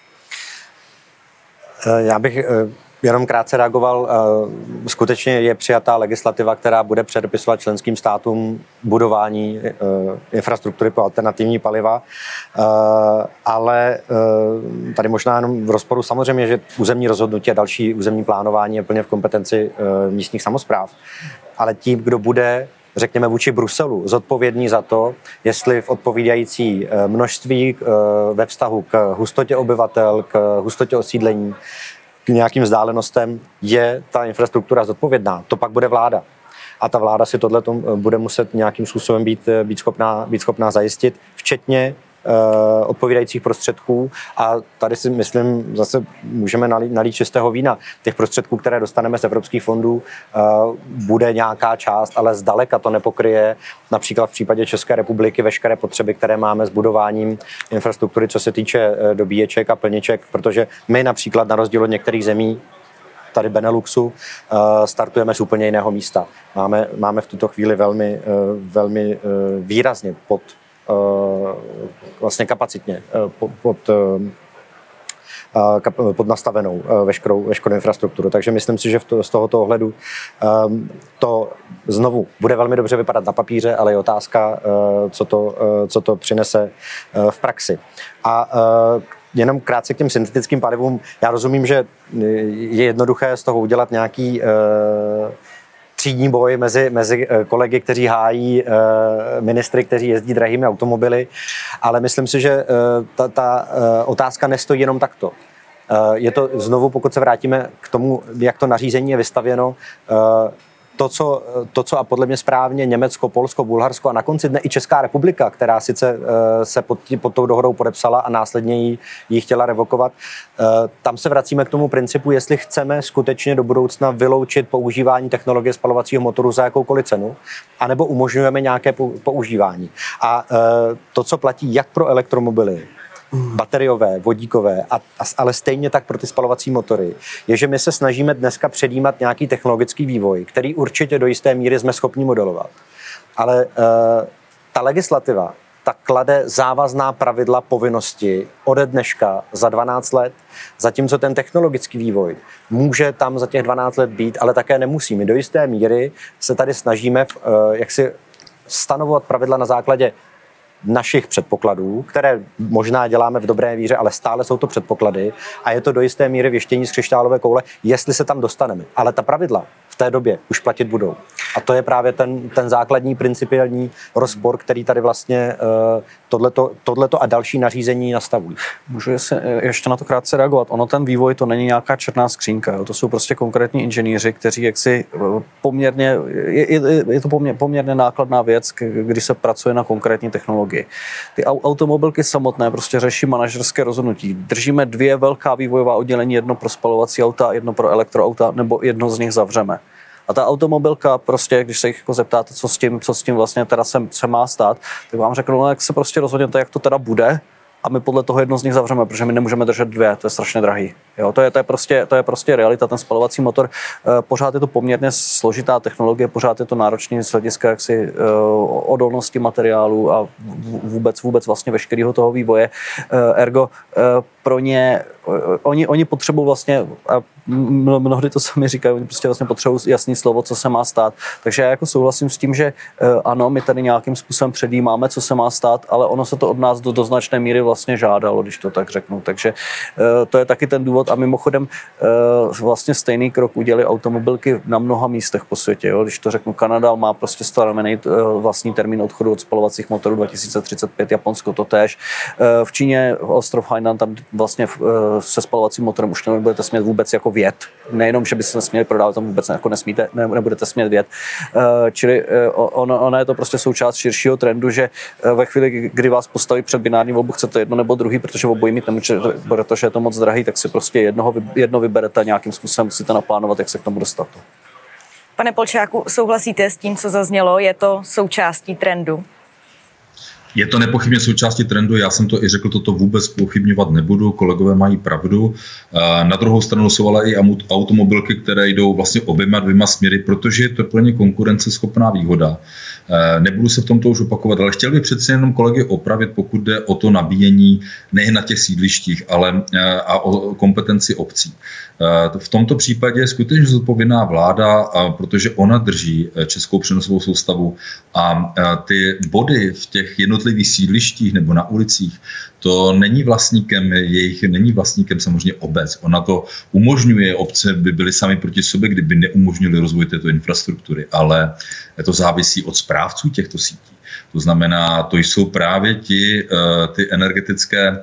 Já bych jenom krátce reagoval. Skutečně je přijatá legislativa, která bude předepisovat členským státům budování infrastruktury pro alternativní paliva, ale tady možná jenom v rozporu samozřejmě, že územní rozhodnutí a další územní plánování je plně v kompetenci místních samospráv, ale tím, kdo bude, řekněme, vůči Bruselu zodpovědný za to, jestli v odpovídající množství ve vztahu k hustotě obyvatel, k hustotě osídlení, k nějakým vzdálenostem je ta infrastruktura zodpovědná. To pak bude vláda. A ta vláda si tohle bude muset nějakým způsobem být schopná zajistit, včetně odpovídajících prostředků a tady si myslím, zase můžeme nalít čistého vína. Těch prostředků, které dostaneme z evropských fondů, bude nějaká část, ale zdaleka to nepokryje například v případě České republiky veškeré potřeby, které máme s budováním infrastruktury, co se týče dobíječek a plniček, protože my například na rozdíl od některých zemí tady Beneluxu startujeme z úplně jiného místa. Máme v tuto chvíli velmi výrazně vlastně kapacitně pod nastavenou veškerou infrastrukturu. Takže myslím si, že z tohoto ohledu to znovu bude velmi dobře vypadat na papíře, ale je otázka, co to přinese v praxi. A jenom krátce k těm syntetickým palivům. Já rozumím, že je jednoduché z toho udělat nějaký třídní boj mezi kolegy, kteří hájí ministry, kteří jezdí drahými automobily, ale myslím si, že ta otázka nestojí jenom takto. Je to znovu, pokud se vrátíme k tomu, jak to nařízení je vystavěno, to, co a podle mě správně Německo, Polsko, Bulharsko a na konci dne i Česká republika, která sice se pod tou dohodou podepsala a následně ji chtěla revokovat, tam se vracíme k tomu principu, jestli chceme skutečně do budoucna vyloučit používání technologie spalovacího motoru za jakoukoliv cenu, anebo umožňujeme nějaké používání. A to, co platí jak pro elektromobily, bateriové, vodíkové, ale stejně tak pro ty spalovací motory, je, že my se snažíme dneska předjímat nějaký technologický vývoj, který určitě do jisté míry jsme schopni modelovat. Ale ta legislativa tak klade závazná pravidla povinnosti ode dneška za 12 let, zatímco ten technologický vývoj může tam za těch 12 let být, ale také nemusí. My do jisté míry se tady snažíme jaksi stanovovat pravidla na základě našich předpokladů, které možná děláme v dobré víře, ale stále jsou to předpoklady a je to do jisté míry věštění z křišťálové koule, jestli se tam dostaneme. Ale ta pravidla v té době už platit budou. A to je právě ten základní principiální rozpor, který tady vlastně tohleto a další nařízení nastavují. Můžu ještě na to krátce reagovat. Ono ten vývoj, to není nějaká černá skřínka. Jo? To jsou prostě konkrétní inženýři, kteří jaksi poměrně, je to poměrně nákladná věc, když se pracuje na konkrétní technologii. Ty automobilky samotné prostě řeší manažerské rozhodnutí. Držíme 2 velká vývojová oddělení, jedno pro spalovací auta, jedno pro elektroauta, nebo jedno z nich zavřeme. A ta automobilka prostě, když se jich jako zeptáte, co s tím vlastně teda se má stát, tak vám řeknou, no, jak se prostě rozhodněte, jak to teda bude, a my podle toho jedno z nich zavřeme, protože my nemůžeme držet 2, to je strašně drahý. Jo, to je prostě realita, ten spalovací motor. Pořád je to poměrně složitá technologie, pořád je to náročný z hlediska jaksi odolnosti materiálu a vůbec vlastně veškerého toho vývoje. Ergo pro ně, oni potřebují vlastně, a mnohdy to sami říkají, oni prostě vlastně potřebují jasný slovo, co se má stát. Takže já jako souhlasím s tím, že ano, my tady nějakým způsobem předjímáme, co se má stát, ale ono se to od nás do značné míry vlastně žádalo, když to tak řeknu. Takže to je taky ten důvod a mimochodem vlastně stejný krok udělali automobilky na mnoha místech po světě. Jo? Když to řeknu, Kanada má prostě stanovený vlastní termín odchodu od spalovacích motorů 2035, Japonsko to též. V Číně ostrov Hainan, tam vlastně se spalovacím motorem už nebudete smět vůbec jako vjet. Nejenom, že byste směli prodávat, tam vůbec jako nesmíte, nebudete smět vjet. Čili ona je to prostě součást širšího trendu, že ve chvíli, kdy vás postaví před binární volbu, chcete jedno nebo druhý, protože obojí mít nemůžete, protože je to moc drahý, tak si prostě jedno vyberete a nějakým způsobem musíte naplánovat, jak se k tomu dostat. Pane Polčáku, souhlasíte s tím, co zaznělo? Je to součástí trendu? Je to nepochybně součástí trendu, já jsem to i řekl, toto vůbec pochybňovat nebudu, kolegové mají pravdu. Na druhou stranu jsou ale i automobilky, které jdou vlastně oběma 2 směry, protože je to pro ně konkurenceschopná výhoda. Nebudu se v tomto už opakovat, ale chtěl bych přece jenom kolegy opravit, pokud jde o to nabíjení nejen na těch sídlištích, ale a o kompetenci obcí. V tomto případě je skutečně zodpovědná vláda, protože ona drží českou přenosovou soustavu a ty body v těch jednotlivých sídlištích nebo na ulicích, to není vlastníkem samozřejmě obec. Ona to umožňuje, obce by byly sami proti sobě, kdyby neumožnili rozvoj této infrastruktury, ale to závisí od správců těchto sítí. To znamená, to jsou právě ty energetické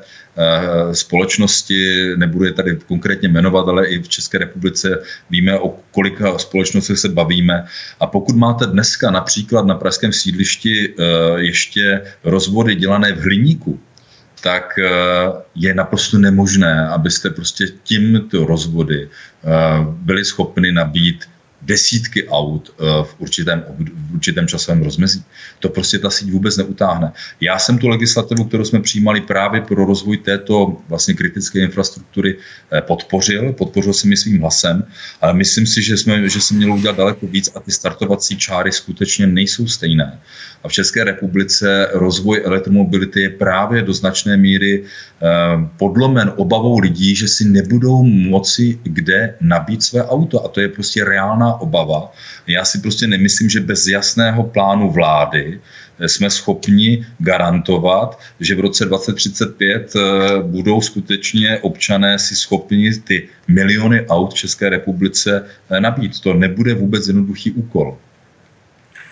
společnosti, nebudu je tady konkrétně jmenovat, ale i v České republice víme, o kolika společnostech se bavíme. A pokud máte dneska například na pražském sídlišti ještě rozvody dělané v hliníku, tak je naprosto nemožné, abyste prostě tímto rozvody byli schopni nabít desítky aut v určitém časovém rozmezí. To prostě ta síť vůbec neutáhne. Já jsem tu legislativu, kterou jsme přijímali právě pro rozvoj této vlastně kritické infrastruktury, podpořil jsem ji svým hlasem, ale myslím si, že se mělo udělat daleko víc a ty startovací čáry skutečně nejsou stejné. A v České republice rozvoj elektromobility je právě do značné míry podlomen obavou lidí, že si nebudou moci kde nabít své auto. A to je prostě reálná obava. Já si prostě nemyslím, že bez jasného plánu vlády jsme schopni garantovat, že v roce 2035 budou skutečně občané si schopni ty miliony aut v České republice nabít. To nebude vůbec jednoduchý úkol.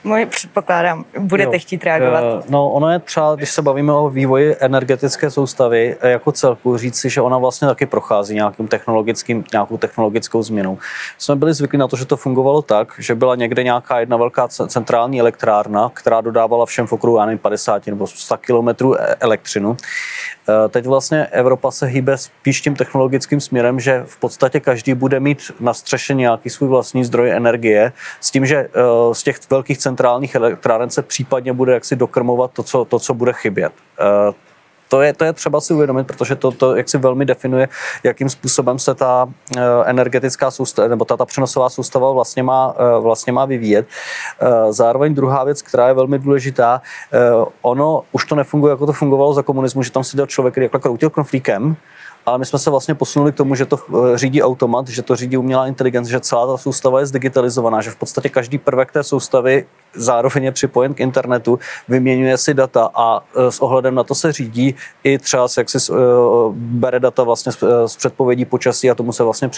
Moje předpokládám, budete chtít reagovat. No, ono je třeba, když se bavíme o vývoji energetické soustavy jako celku, říct si, že ona vlastně taky prochází nějakou technologickou změnou. Jsme byli zvyklí na to, že to fungovalo tak, že byla někde nějaká jedna velká centrální elektrárna, která dodávala všem v okruhu 50 nebo 100 kilometrů elektřinu. Teď vlastně Evropa se hýbe spíš tím technologickým směrem, že v podstatě každý bude mít na střeše nějaký svůj vlastní zdroj energie, s tím, že z těch velkých centrálních elektráren se případně bude jaksi dokrmovat to, co bude chybět. To je třeba si uvědomit, protože to jaksi velmi definuje, jakým způsobem se ta energetická soustava, nebo ta přenosová soustava vlastně má vyvíjet. Zároveň druhá věc, která je velmi důležitá, ono už to nefunguje, jako to fungovalo za komunismu, že tam seděl člověk, který jako kroutil knoflíkem, ale my jsme se vlastně posunuli k tomu, že to řídí automat, že to řídí umělá inteligence, že celá ta soustava je zdigitalizovaná, že v podstatě každý prvek té soustavy zároveň je připojen k internetu, vyměňuje si data a s ohledem na to se řídí i třeba, jak si bere data vlastně z předpovědí počasí a tomu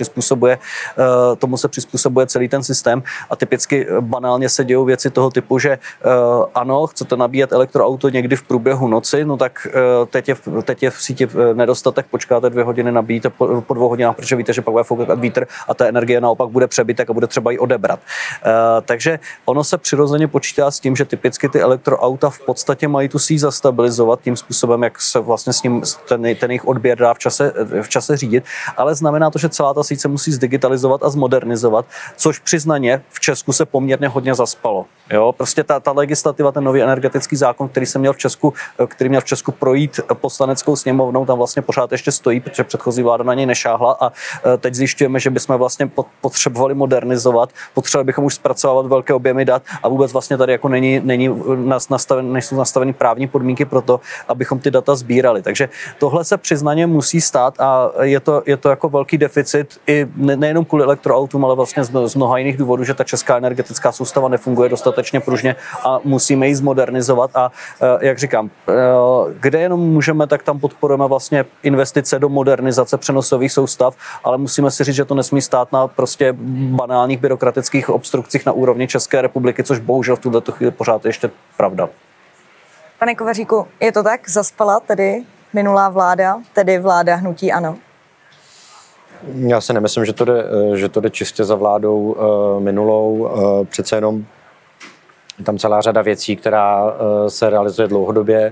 se přizpůsobuje celý ten systém a typicky banálně se dějou věci toho typu, že ano, chcete nabíjet elektroauto někdy v průběhu noci, no tak teď je v síti nedostatek, počkáte 2 hodiny, nabíjíte po 2 hodinách, protože víte, že pak bude foukat vítr a ta energie naopak bude přebytek a bude třeba ji odebrat. Takže ono se přirozeně počítá s tím, že typicky ty elektroauta v podstatě mají tu síť zastabilizovat tím způsobem, jak se vlastně s ním ten jejich odběr dá v čase řídit, ale znamená to, že celá ta síť se musí zdigitalizovat a zmodernizovat, což přiznaně v Česku se poměrně hodně zaspalo. Jo, prostě ta legislativa, ten nový energetický zákon, který měl v Česku projít poslaneckou sněmovnou, tam vlastně pořád ještě stojí, protože předchozí vláda na něj nešáhla a teď zjišťujeme, že bychom vlastně potřebovali modernizovat, potřebovali bychom už zpracovat velké objemy dat a vůbec vlastně tady jako nejsou nastaveny právní podmínky pro to, abychom ty data sbírali. Takže tohle se přiznaně musí stát a je to jako velký deficit i nejenom kvůli elektroautům, ale vlastně z mnoha jiných důvodů, že ta česká energetická soustava nefunguje dostatečně pružně a musíme ji zmodernizovat a jak říkám, kde jenom můžeme, tak tam podporujeme vlastně investice do modernizace přenosových soustav, ale musíme si říct, že to nesmí stát na prostě banálních byrokratických obstrukcích na úrovni České republiky, což bohužel v tuto chvíli pořád ještě pravda. Pane Kovaříku, je to tak? Zaspala tedy minulá vláda, tedy vláda hnutí ANO? Já si nemyslím, že to jde čistě za vládou minulou. Přece jenom je tam celá řada věcí, která se realizuje dlouhodobě.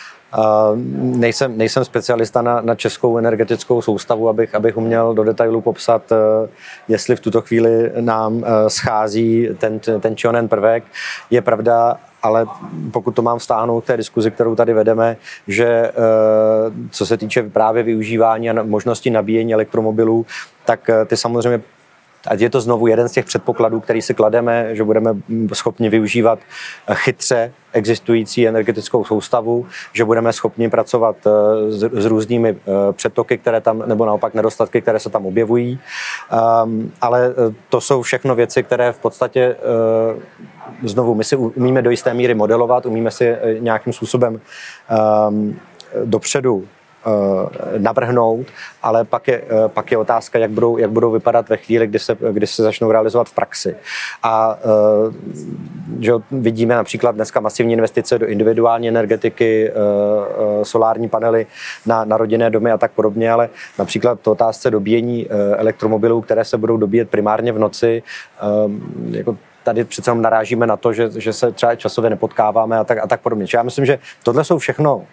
Nejsem specialista na českou energetickou soustavu, abych uměl do detailů popsat, jestli v tuto chvíli nám schází ten či onen prvek. Je pravda, ale pokud to mám vztáhnout k té diskuzi, kterou tady vedeme, že co se týče právě využívání a možnosti nabíjení elektromobilů, tak ty samozřejmě, a je to znovu jeden z těch předpokladů, který si klademe, že budeme schopni využívat chytře existující energetickou soustavu, že budeme schopni pracovat s různými přetoky, které tam, nebo naopak nedostatky, které se tam objevují. Ale to jsou všechno věci, které v podstatě znovu my si umíme do jisté míry modelovat, umíme si nějakým způsobem dopředu navrhnout, ale pak je otázka, jak budou vypadat ve chvíli, kdy se začnou realizovat v praxi. A že vidíme například dneska masivní investice do individuální energetiky, solární panely na rodinné domy a tak podobně, ale například to otázce dobíjení elektromobilů, které se budou dobíjet primárně v noci, jako tady přece narážíme na to, že se třeba časově nepotkáváme a tak podobně. Čiže já myslím, že tohle jsou všechno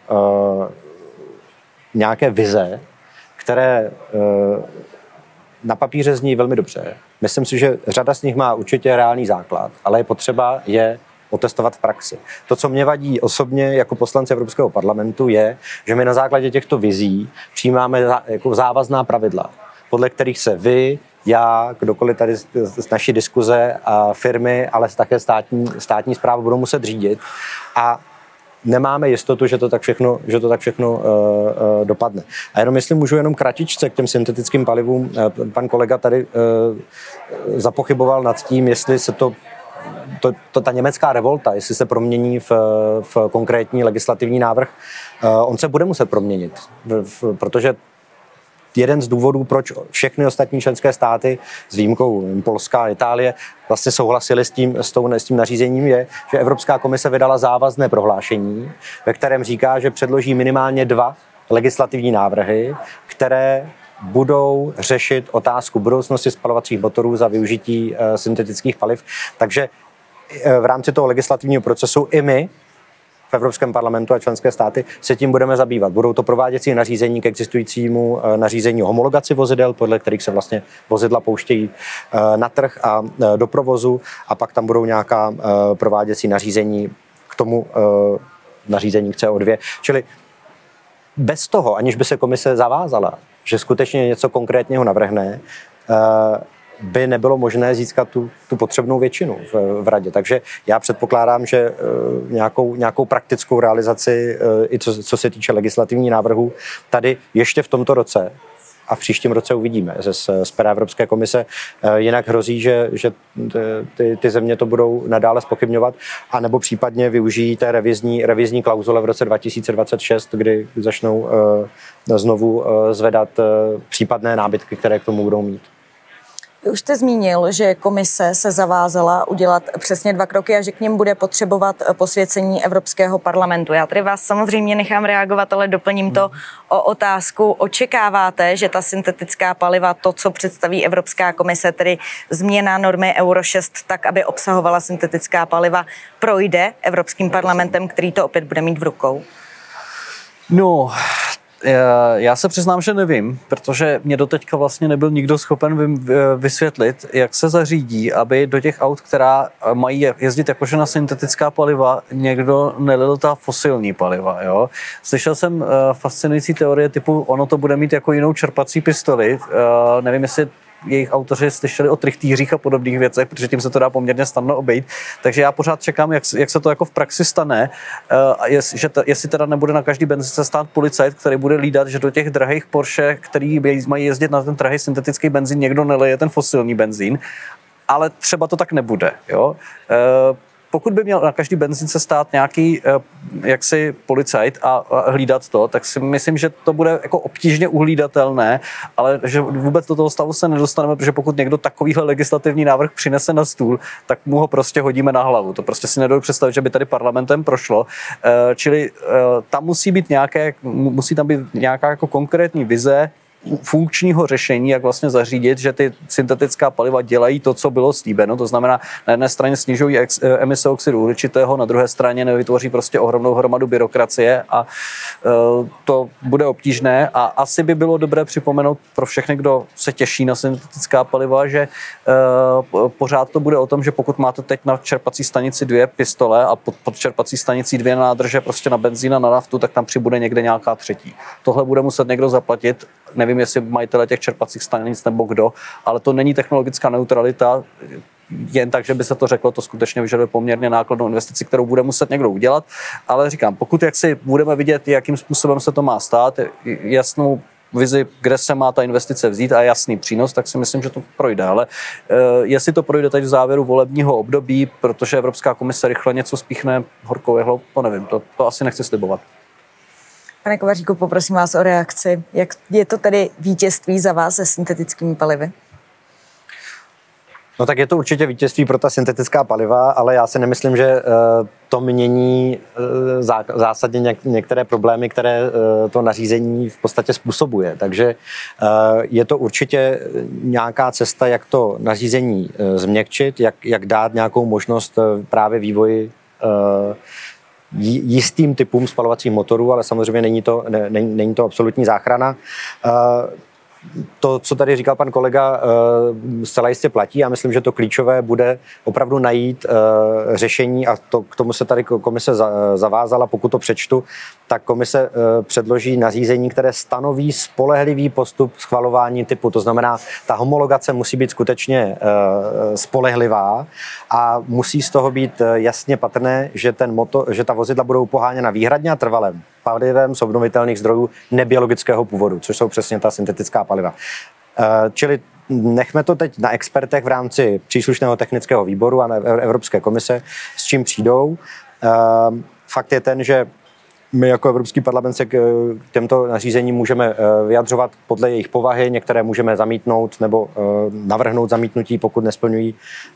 nějaké vize, které na papíře zní velmi dobře. Myslím si, že řada z nich má určitě reálný základ, ale je potřeba je otestovat v praxi. To, co mě vadí osobně jako poslanci Evropského parlamentu, je, že my na základě těchto vizí přijímáme jako závazná pravidla, podle kterých se vy, já, kdokoliv tady z naší diskuze a firmy, ale také státní správa budou muset řídit a nemáme jistotu, že to tak všechno dopadne. A jenom jestli můžu jenom kratičce k těm syntetickým palivům, pan kolega tady zapochyboval nad tím, jestli se ta německá revolta, jestli se promění v konkrétní legislativní návrh, on se bude muset proměnit, protože jeden z důvodů, proč všechny ostatní členské státy s výjimkou Polska a Itálie vlastně souhlasili s tím nařízením, je, že Evropská komise vydala závazné prohlášení, ve kterém říká, že předloží minimálně 2 legislativní návrhy, které budou řešit otázku budoucnosti spalovacích motorů za využití syntetických paliv. Takže v rámci toho legislativního procesu i my v Evropském parlamentu a členské státy se tím budeme zabývat. Budou to prováděcí nařízení k existujícímu nařízení o homologaci vozidel, podle kterých se vlastně vozidla pouštějí na trh a do provozu, a pak tam budou nějaká prováděcí nařízení k tomu nařízení k CO2. Čili bez toho, aniž by se komise zavázala, že skutečně něco konkrétního navrhne, by nebylo možné získat tu potřebnou většinu v radě. Takže já předpokládám, že nějakou praktickou realizaci, i co se týče legislativních návrhů, tady ještě v tomto roce a v příštím roce uvidíme z pera Evropské komise. Jinak hrozí, že ty země to budou nadále zpochybňovat, anebo případně využijí té revizní klauzule v roce 2026, kdy začnou znovu zvedat případné námitky, které k tomu budou mít. Vy už jste zmínil, že komise se zavázala udělat přesně 2 kroky a že k nim bude potřebovat posvěcení Evropského parlamentu. Já tady vás samozřejmě nechám reagovat, ale doplním to o otázku. Očekáváte, že ta syntetická paliva, to, co představí Evropská komise, tedy změna normy Euro 6, tak, aby obsahovala syntetická paliva, projde Evropským parlamentem, který to opět bude mít v rukou? No, já se přiznám, že nevím, protože mě doteďka vlastně nebyl nikdo schopen vysvětlit, jak se zařídí, aby do těch aut, která mají jezdit jakože na syntetická paliva, někdo nelil ta fosilní paliva. Jo? Slyšel jsem fascinující teorie typu, ono to bude mít jako jinou čerpací pistoli. Nevím, jestli jejich autoři slyšeli o trichtýřích a podobných věcech, protože tím se to dá poměrně snadno obejít. Takže já pořád čekám, jak se to jako v praxi stane. Jestli teda nebude na každý benzince stát policajt, který bude hlídat, že do těch drahých Porsche, který mají jezdit na ten drahý syntetický benzín, někdo neleje ten fosilní benzín. Ale třeba to tak nebude. Jo? Pokud by měl na každý benzince stát nějaký jaksi policajt a hlídat to, tak si myslím, že to bude jako obtížně uhlídatelné, ale že vůbec do toho stavu se nedostaneme, protože pokud někdo takovýhle legislativní návrh přinese na stůl, tak mu ho prostě hodíme na hlavu. To prostě si nedovedu představit, že by tady parlamentem prošlo. Čili tam musí tam být nějaká jako konkrétní vize funkčního řešení, jak vlastně zařídit, že ty syntetická paliva dělají to, co bylo slíbeno. To znamená, na jedné straně snižují emise oxidu uhličitého, na druhé straně nevytvoří prostě ohromnou hromadu byrokracie a to bude obtížné. A asi by bylo dobré připomenout pro všechny, kdo se těší na syntetická paliva, že pořád to bude o tom, že pokud máte teď na čerpací stanici 2 pistole a pod čerpací stanicí 2 nádrže prostě na benzín a na naftu, tak tam přibude někde nějaká třetí. Tohle bude muset někdo zaplatit. Nevím, jestli majitele těch čerpacích stanic nebo kdo, ale to není technologická neutralita, jen tak, že by se to řeklo, to skutečně vyžaduje poměrně nákladnou investici, kterou bude muset někdo udělat. Ale říkám, pokud jaksi budeme vidět, jakým způsobem se to má stát, jasnou vizi, kde se má ta investice vzít a jasný přínos, tak si myslím, že to projde. Ale jestli to projde teď v závěru volebního období, protože Evropská komise rychle něco spíchne horkou jehlou, to nevím, to asi nechci slibovat. Pane Kovaříku, poprosím vás o reakci. Jak je to tedy vítězství za vás se syntetickými palivy? No tak je to určitě vítězství pro ta syntetická paliva, ale já si nemyslím, že to mění zásadně některé problémy, které to nařízení v podstatě způsobuje. Takže je to určitě nějaká cesta, jak to nařízení změkčit, jak dát nějakou možnost právě vývoji jistým typům spalovacích motorů, ale samozřejmě není to absolutní záchrana. To, co tady říkal pan kolega, zcela jistě platí. Já myslím, že to klíčové bude opravdu najít řešení a k tomu se tady komise zavázala. Pokud to přečtu, tak komise předloží nařízení, které stanoví spolehlivý postup schvalování typu. To znamená, ta homologace musí být skutečně spolehlivá a musí z toho být jasně patrné, že ta vozidla budou poháněna výhradně a trvalém palivem z obnovitelných zdrojů nebiologického původu, což jsou přesně ta syntetická paliva. Čili nechme to teď na expertech v rámci příslušného technického výboru a na Evropské komise, s čím přijdou. Fakt je ten, že My jako Evropský parlament se k těmto nařízením můžeme vyjadřovat podle jejich povahy, některé můžeme zamítnout nebo navrhnout zamítnutí, pokud nesplňují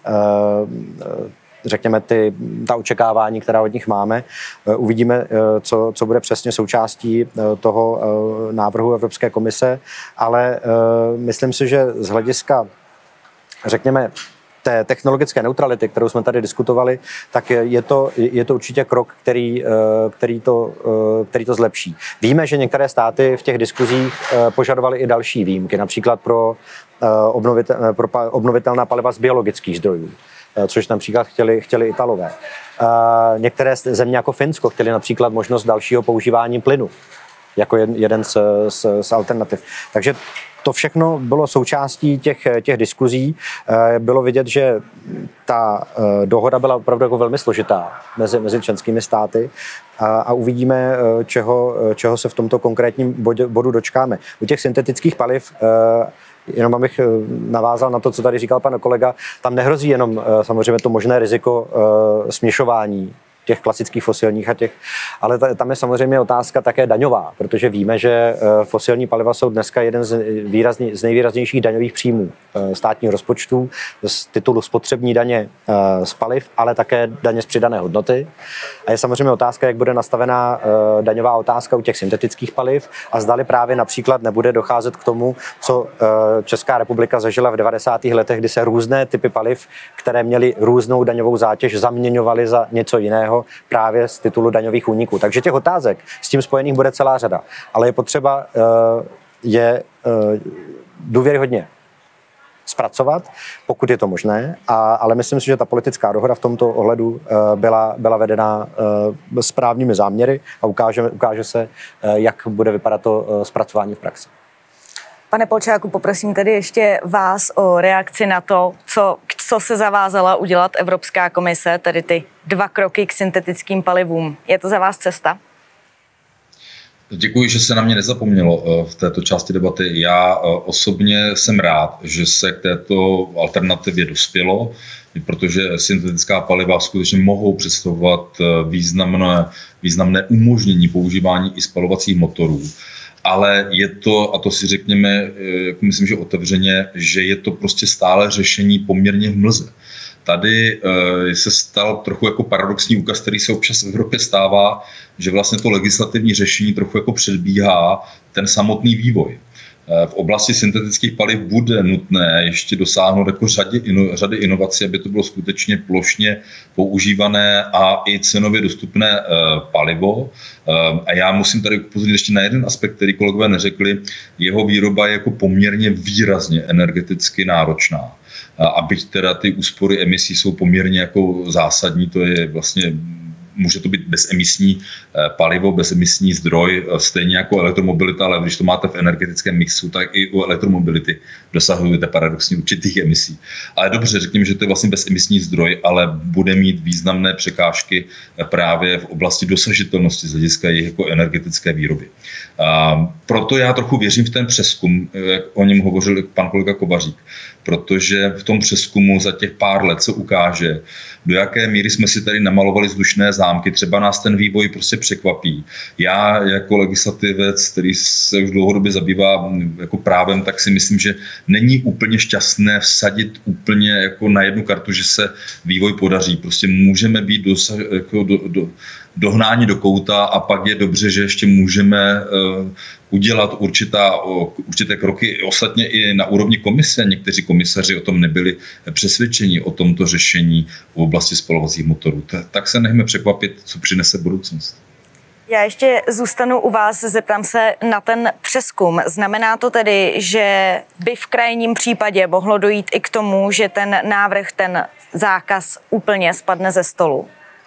řekněme ta očekávání, která od nich máme. Uvidíme, co bude přesně součástí toho návrhu Evropské komise, ale myslím si, že z hlediska, řekněme, té technologické neutrality, kterou jsme tady diskutovali, tak je to určitě krok, který to zlepší. Víme, že některé státy v těch diskuzích požadovaly i další výjimky, například pro obnovitelná paliva z biologických zdrojů, což například chtěli Italové. Některé země jako Finsko chtěli například možnost dalšího používání plynu jako jeden z alternativ. Takže to všechno bylo součástí těch diskuzí. Bylo vidět, že ta dohoda byla opravdu jako velmi složitá mezi členskými státy a uvidíme, čeho se v tomto konkrétním bodu dočkáme. U těch syntetických paliv, jenom abych navázal na to, co tady říkal pan kolega, tam nehrozí jenom samozřejmě to možné riziko směšování těch klasických fosilních ale tam je samozřejmě otázka také daňová, protože víme, že fosilní paliva jsou dneska jeden z nejvýraznějších daňových příjmů státních rozpočtů z titulu spotřební daně z paliv, ale také daně z přidané hodnoty. A je samozřejmě otázka, jak bude nastavená daňová otázka u těch syntetických paliv a zdali právě například nebude docházet k tomu, co Česká republika zažila v 90. letech, kdy se různé typy paliv, které měly různou daňovou zátěž, zaměňovaly za něco jiného právě z titulu daňových úniků. Takže těch otázek s tím spojených bude celá řada. Ale je potřeba je důvěryhodně zpracovat, pokud je to možné, ale myslím si, že ta politická dohoda v tomto ohledu byla vedena správnými záměry a ukáže se, jak bude vypadat to zpracování v praxi. Pane Polčáku, poprosím tedy ještě vás o reakci na to, co se zavázala udělat Evropská komise, tedy ty 2 kroky k syntetickým palivům. Je to za vás cesta? Děkuji, že se na mě nezapomnělo v této části debaty. Já osobně jsem rád, že se k této alternativě dospělo, protože syntetická paliva skutečně mohou představovat významné umožnění používání i spalovacích motorů. Ale je to, a to si řekněme, myslím, že otevřeně, že je to prostě stále řešení poměrně v mlze. Tady se stal trochu jako paradoxní úkaz, který se občas v Evropě stává, že vlastně to legislativní řešení trochu jako předbíhá ten samotný vývoj. V oblasti syntetických paliv bude nutné ještě dosáhnout jako řady inovací, aby to bylo skutečně plošně používané a i cenově dostupné palivo. A já musím tady upozornit ještě na jeden aspekt, který kolegové neřekli. Jeho výroba je jako poměrně výrazně energeticky náročná. A byť teda ty úspory emisí jsou poměrně jako zásadní, to je vlastně může to být bezemisní palivo, bezemisní zdroj, stejně jako elektromobilita, ale když to máte v energetickém mixu, tak i u elektromobility dosahujete paradoxně určitých emisí. Ale dobře, řekněme, že to je vlastně bezemisní zdroj, ale bude mít významné překážky právě v oblasti dosažitelnosti z hlediska jejich jako energetické výroby. Proto já trochu věřím v ten přezkum, jak o něm hovořil pan kolega Kovařík, protože v tom přezkumu za těch pár let se ukáže, do jaké míry jsme si tady namalovali vzdušné zámky, třeba nás ten vývoj prostě překvapí. Já jako legislativec, který se už dlouhodobě zabývá jako právem, tak si myslím, že není úplně šťastné vsadit úplně jako na jednu kartu, že se vývoj podaří. Prostě můžeme být dohnáni do kouta a pak je dobře, že ještě můžeme udělat určité kroky, ostatně i na úrovni komise. Někteří komisaři o tom nebyli přesvědčeni, o tomto řešení v oblasti spalovacích motorů. Tak se nechme překvapit, co přinese budoucnost. Já ještě zůstanu u vás, zeptám se na ten přezkum. Znamená to tedy, že by v krajním případě mohlo dojít i k tomu, že ten návrh, ten zákaz úplně spadne ze stolu?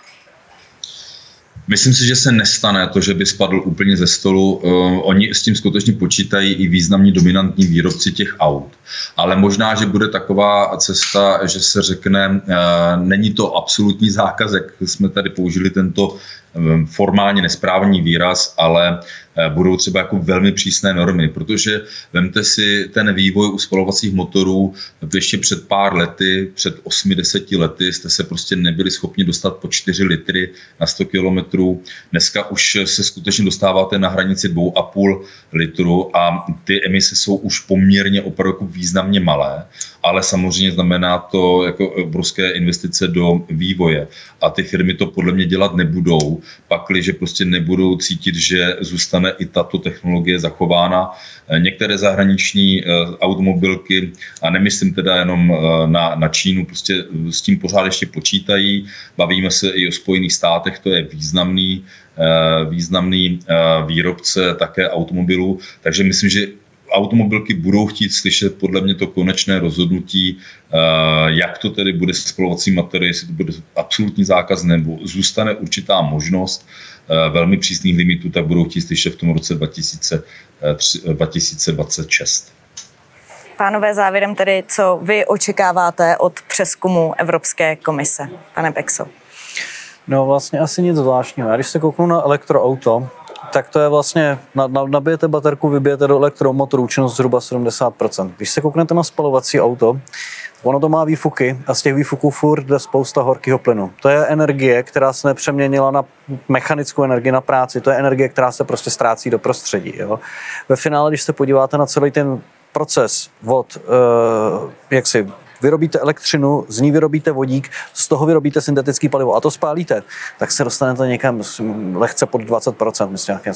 Myslím si, že se nestane to, že by spadl úplně ze stolu. Oni s tím skutečně počítají i významní dominantní výrobci těch aut. Ale možná, že bude taková cesta, že se řekne, není to absolutní zákaz, jak jsme tady použili tento formálně nesprávný výraz, ale budou třeba jako velmi přísné normy, protože vemte si ten vývoj u spalovacích motorů, ještě před pár lety, před 8-10 lety jste se prostě nebyli schopni dostat po 4 litry na 100 kilometrů. Dneska už se skutečně dostáváte na hranici 2,5 litru a ty emise jsou už poměrně opravdu jako významně malé, ale samozřejmě znamená to jako obrovské investice do vývoje a ty firmy to podle mě dělat nebudou, pakliže prostě nebudou cítit, že zůstane i tato technologie zachována. Některé zahraniční automobilky, a nemyslím teda jenom na Čínu, prostě s tím pořád ještě počítají. Bavíme se i o Spojených státech, to je významný výrobce také automobilů, takže myslím, že automobilky budou chtít slyšet podle mě to konečné rozhodnutí, jak to tedy bude s spalovacím materiálem, jestli to bude absolutní zákaz nebo zůstane určitá možnost velmi přísných limitů, tak budou chtít slyšet v tom roce 2026. Pánové, závěrem tedy, co vy očekáváte od přezkumu Evropské komise? Pane Pexo. No vlastně asi nic zvláštního. Já když se kouknu na elektroauto, tak to je vlastně, nabijete baterku, vybijete do elektromotoru, účinnost zhruba 70%. Když se kouknete na spalovací auto, ono to má výfuky a z těch výfuků furt jde spousta horkého plynu. To je energie, která se nepřeměnila na mechanickou energii, na práci, to je energie, která se prostě ztrácí do prostředí. Jo? Ve finále, když se podíváte na celý ten proces od, vyrobíte elektřinu, z ní vyrobíte vodík, z toho vyrobíte syntetický palivo a to spálíte, tak se dostanete někam lehce pod 20%, myslím nějaké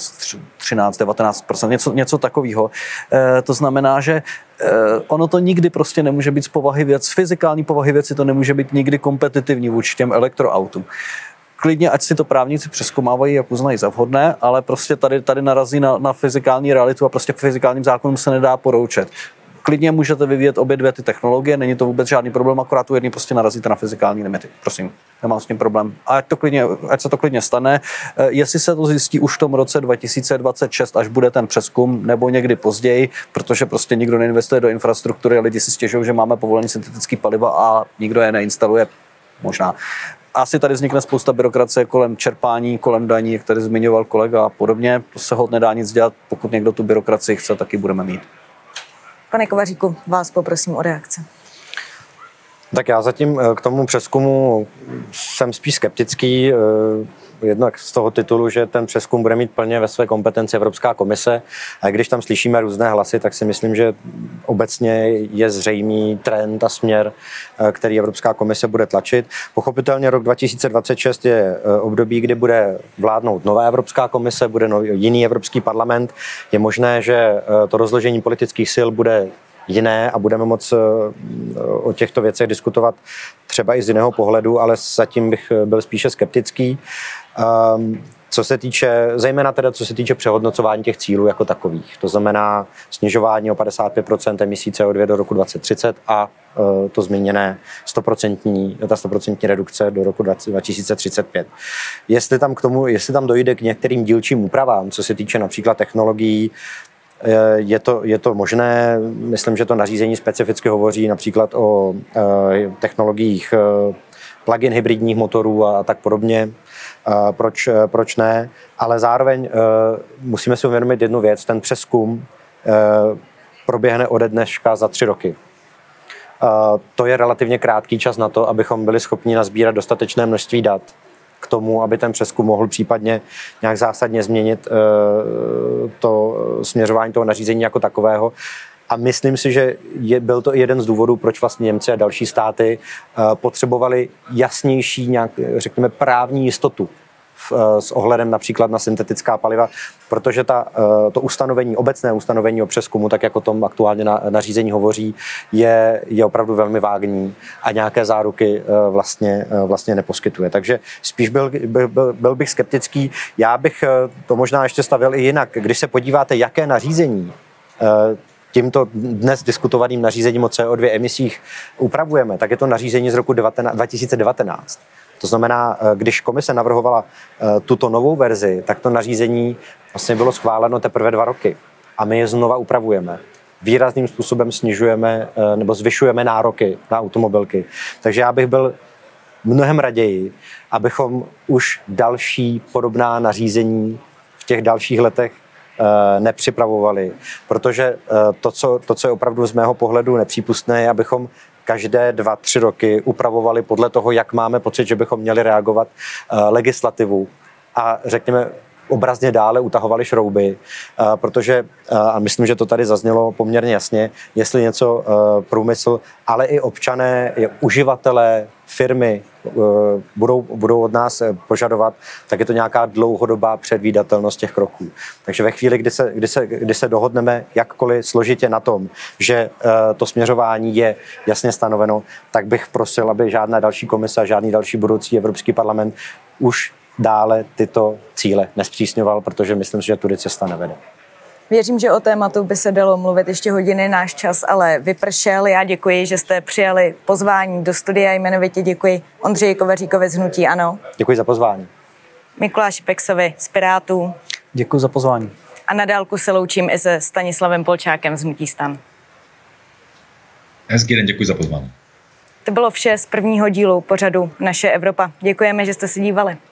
13-19%, něco takového. To znamená, že ono to nikdy prostě nemůže být z povahy věc, z fyzikální povahy věci to nemůže být nikdy kompetitivní vůči těm elektroautům. Klidně, ať si to právníci přezkoumávají, jak uznají za vhodné, ale prostě tady narazí na fyzikální realitu a prostě fyzikálním zákonům se nedá poroučet. Klidně můžete vyvíjet obě dvě ty technologie, není to vůbec žádný problém, akorát u jedný prostě narazíte na fyzikální limity. Prosím, nemám s tím problém. A ať se to klidně stane. Jestli se to zjistí už v tom roce 2026, až bude ten přezkum, nebo někdy později, protože prostě nikdo neinvestuje do infrastruktury a lidi si stěžují, že máme povolený syntetický paliva a nikdo je neinstaluje, možná. Asi tady vznikne spousta byrokracie kolem čerpání, kolem daní, jak tady zmiňoval kolega a podobně. To se hod nedá nic dělat, pokud někdo tu byrokracii chce, taky budeme mít. Pane Kovaříku, vás poprosím o reakci. Tak já zatím k tomu přezkumu jsem spíš skeptický, jednak z toho titulu, že ten přezkum bude mít plně ve své kompetenci Evropská komise. A když tam slyšíme různé hlasy, tak si myslím, že obecně je zřejmý trend a směr, který Evropská komise bude tlačit. Pochopitelně rok 2026 je období, kdy bude vládnout nová Evropská komise, bude jiný Evropský parlament. Je možné, že to rozložení politických sil bude jiné a budeme moct o těchto věcech diskutovat třeba i z jiného pohledu, ale zatím bych byl spíše skeptický. Co se týče, zejména teda co se týče přehodnocování těch cílů jako takových, to znamená snižování o 55% emisí CO2 do roku 2030 a to zmíněné 100% redukce do roku 2035. Jestli tam dojde k některým dílčím úpravám, co se týče například technologií, je to možné. Myslím, že to nařízení specificky hovoří například o technologiích plug-in hybridních motorů a tak podobně. Proč ne? Ale zároveň musíme si uvědomit jednu věc. Ten přezkum proběhne ode dneška za 3 roky. To je relativně krátký čas na to, abychom byli schopni nazbírat dostatečné množství dat k tomu, aby ten přezkum mohl případně nějak zásadně změnit to směřování toho nařízení jako takového. A myslím si, že byl to i jeden z důvodů, proč vlastně Němci a další státy potřebovali jasnější nějak, řekněme, právní jistotu s ohledem například na syntetická paliva, protože to ustanovení, obecné ustanovení o přezkumu, tak jak o tom aktuálně nařízení hovoří, je opravdu velmi vágní a nějaké záruky vlastně neposkytuje. Takže spíš byl bych skeptický. Já bych to možná ještě stavil i jinak. Když se podíváte, jaké nařízení tímto dnes diskutovaným nařízením o CO2 emisích upravujeme, tak je to nařízení z roku 2019. To znamená, když komise navrhovala tuto novou verzi, tak to nařízení vlastně bylo schváleno teprve 2 roky. A my je znova upravujeme. Výrazným způsobem snižujeme nebo zvyšujeme nároky na automobilky. Takže já bych byl mnohem raději, abychom už další podobná nařízení v těch dalších letech nepřipravovali, protože to, co je opravdu z mého pohledu nepřípustné, je, abychom každé 2-3 roky upravovali podle toho, jak máme pocit, že bychom měli reagovat legislativu a řekněme obrazně dále utahovali šrouby, protože, a myslím, že to tady zaznělo poměrně jasně, jestli něco průmysl, ale i občané, uživatelé, firmy budou od nás požadovat, tak je to nějaká dlouhodobá předvídatelnost těch kroků. Takže ve chvíli, kdy se dohodneme jakkoliv složitě na tom, že to směřování je jasně stanoveno, tak bych prosil, aby žádná další komise, žádný další budoucí Evropský parlament už dále tyto cíle nespřísňoval, protože myslím si, že tudy cesta nevede. Věřím, že o tématu by se dalo mluvit ještě hodiny, náš čas ale vypršel. Já děkuji, že jste přijali pozvání do studia, jmenovitě děkuji Ondřeji Kovaříkovi z hnutí ANO. Děkuji za pozvání. Mikuláši Peksovi z Pirátů. Děkuji za pozvání. A na dálku se loučím i se Stanislavem Polčákem z hnutí STAN. Hezký den, děkuji za pozvání. To bylo vše z prvního dílu pořadu Naše Evropa. Děkujeme, že jste se dívali.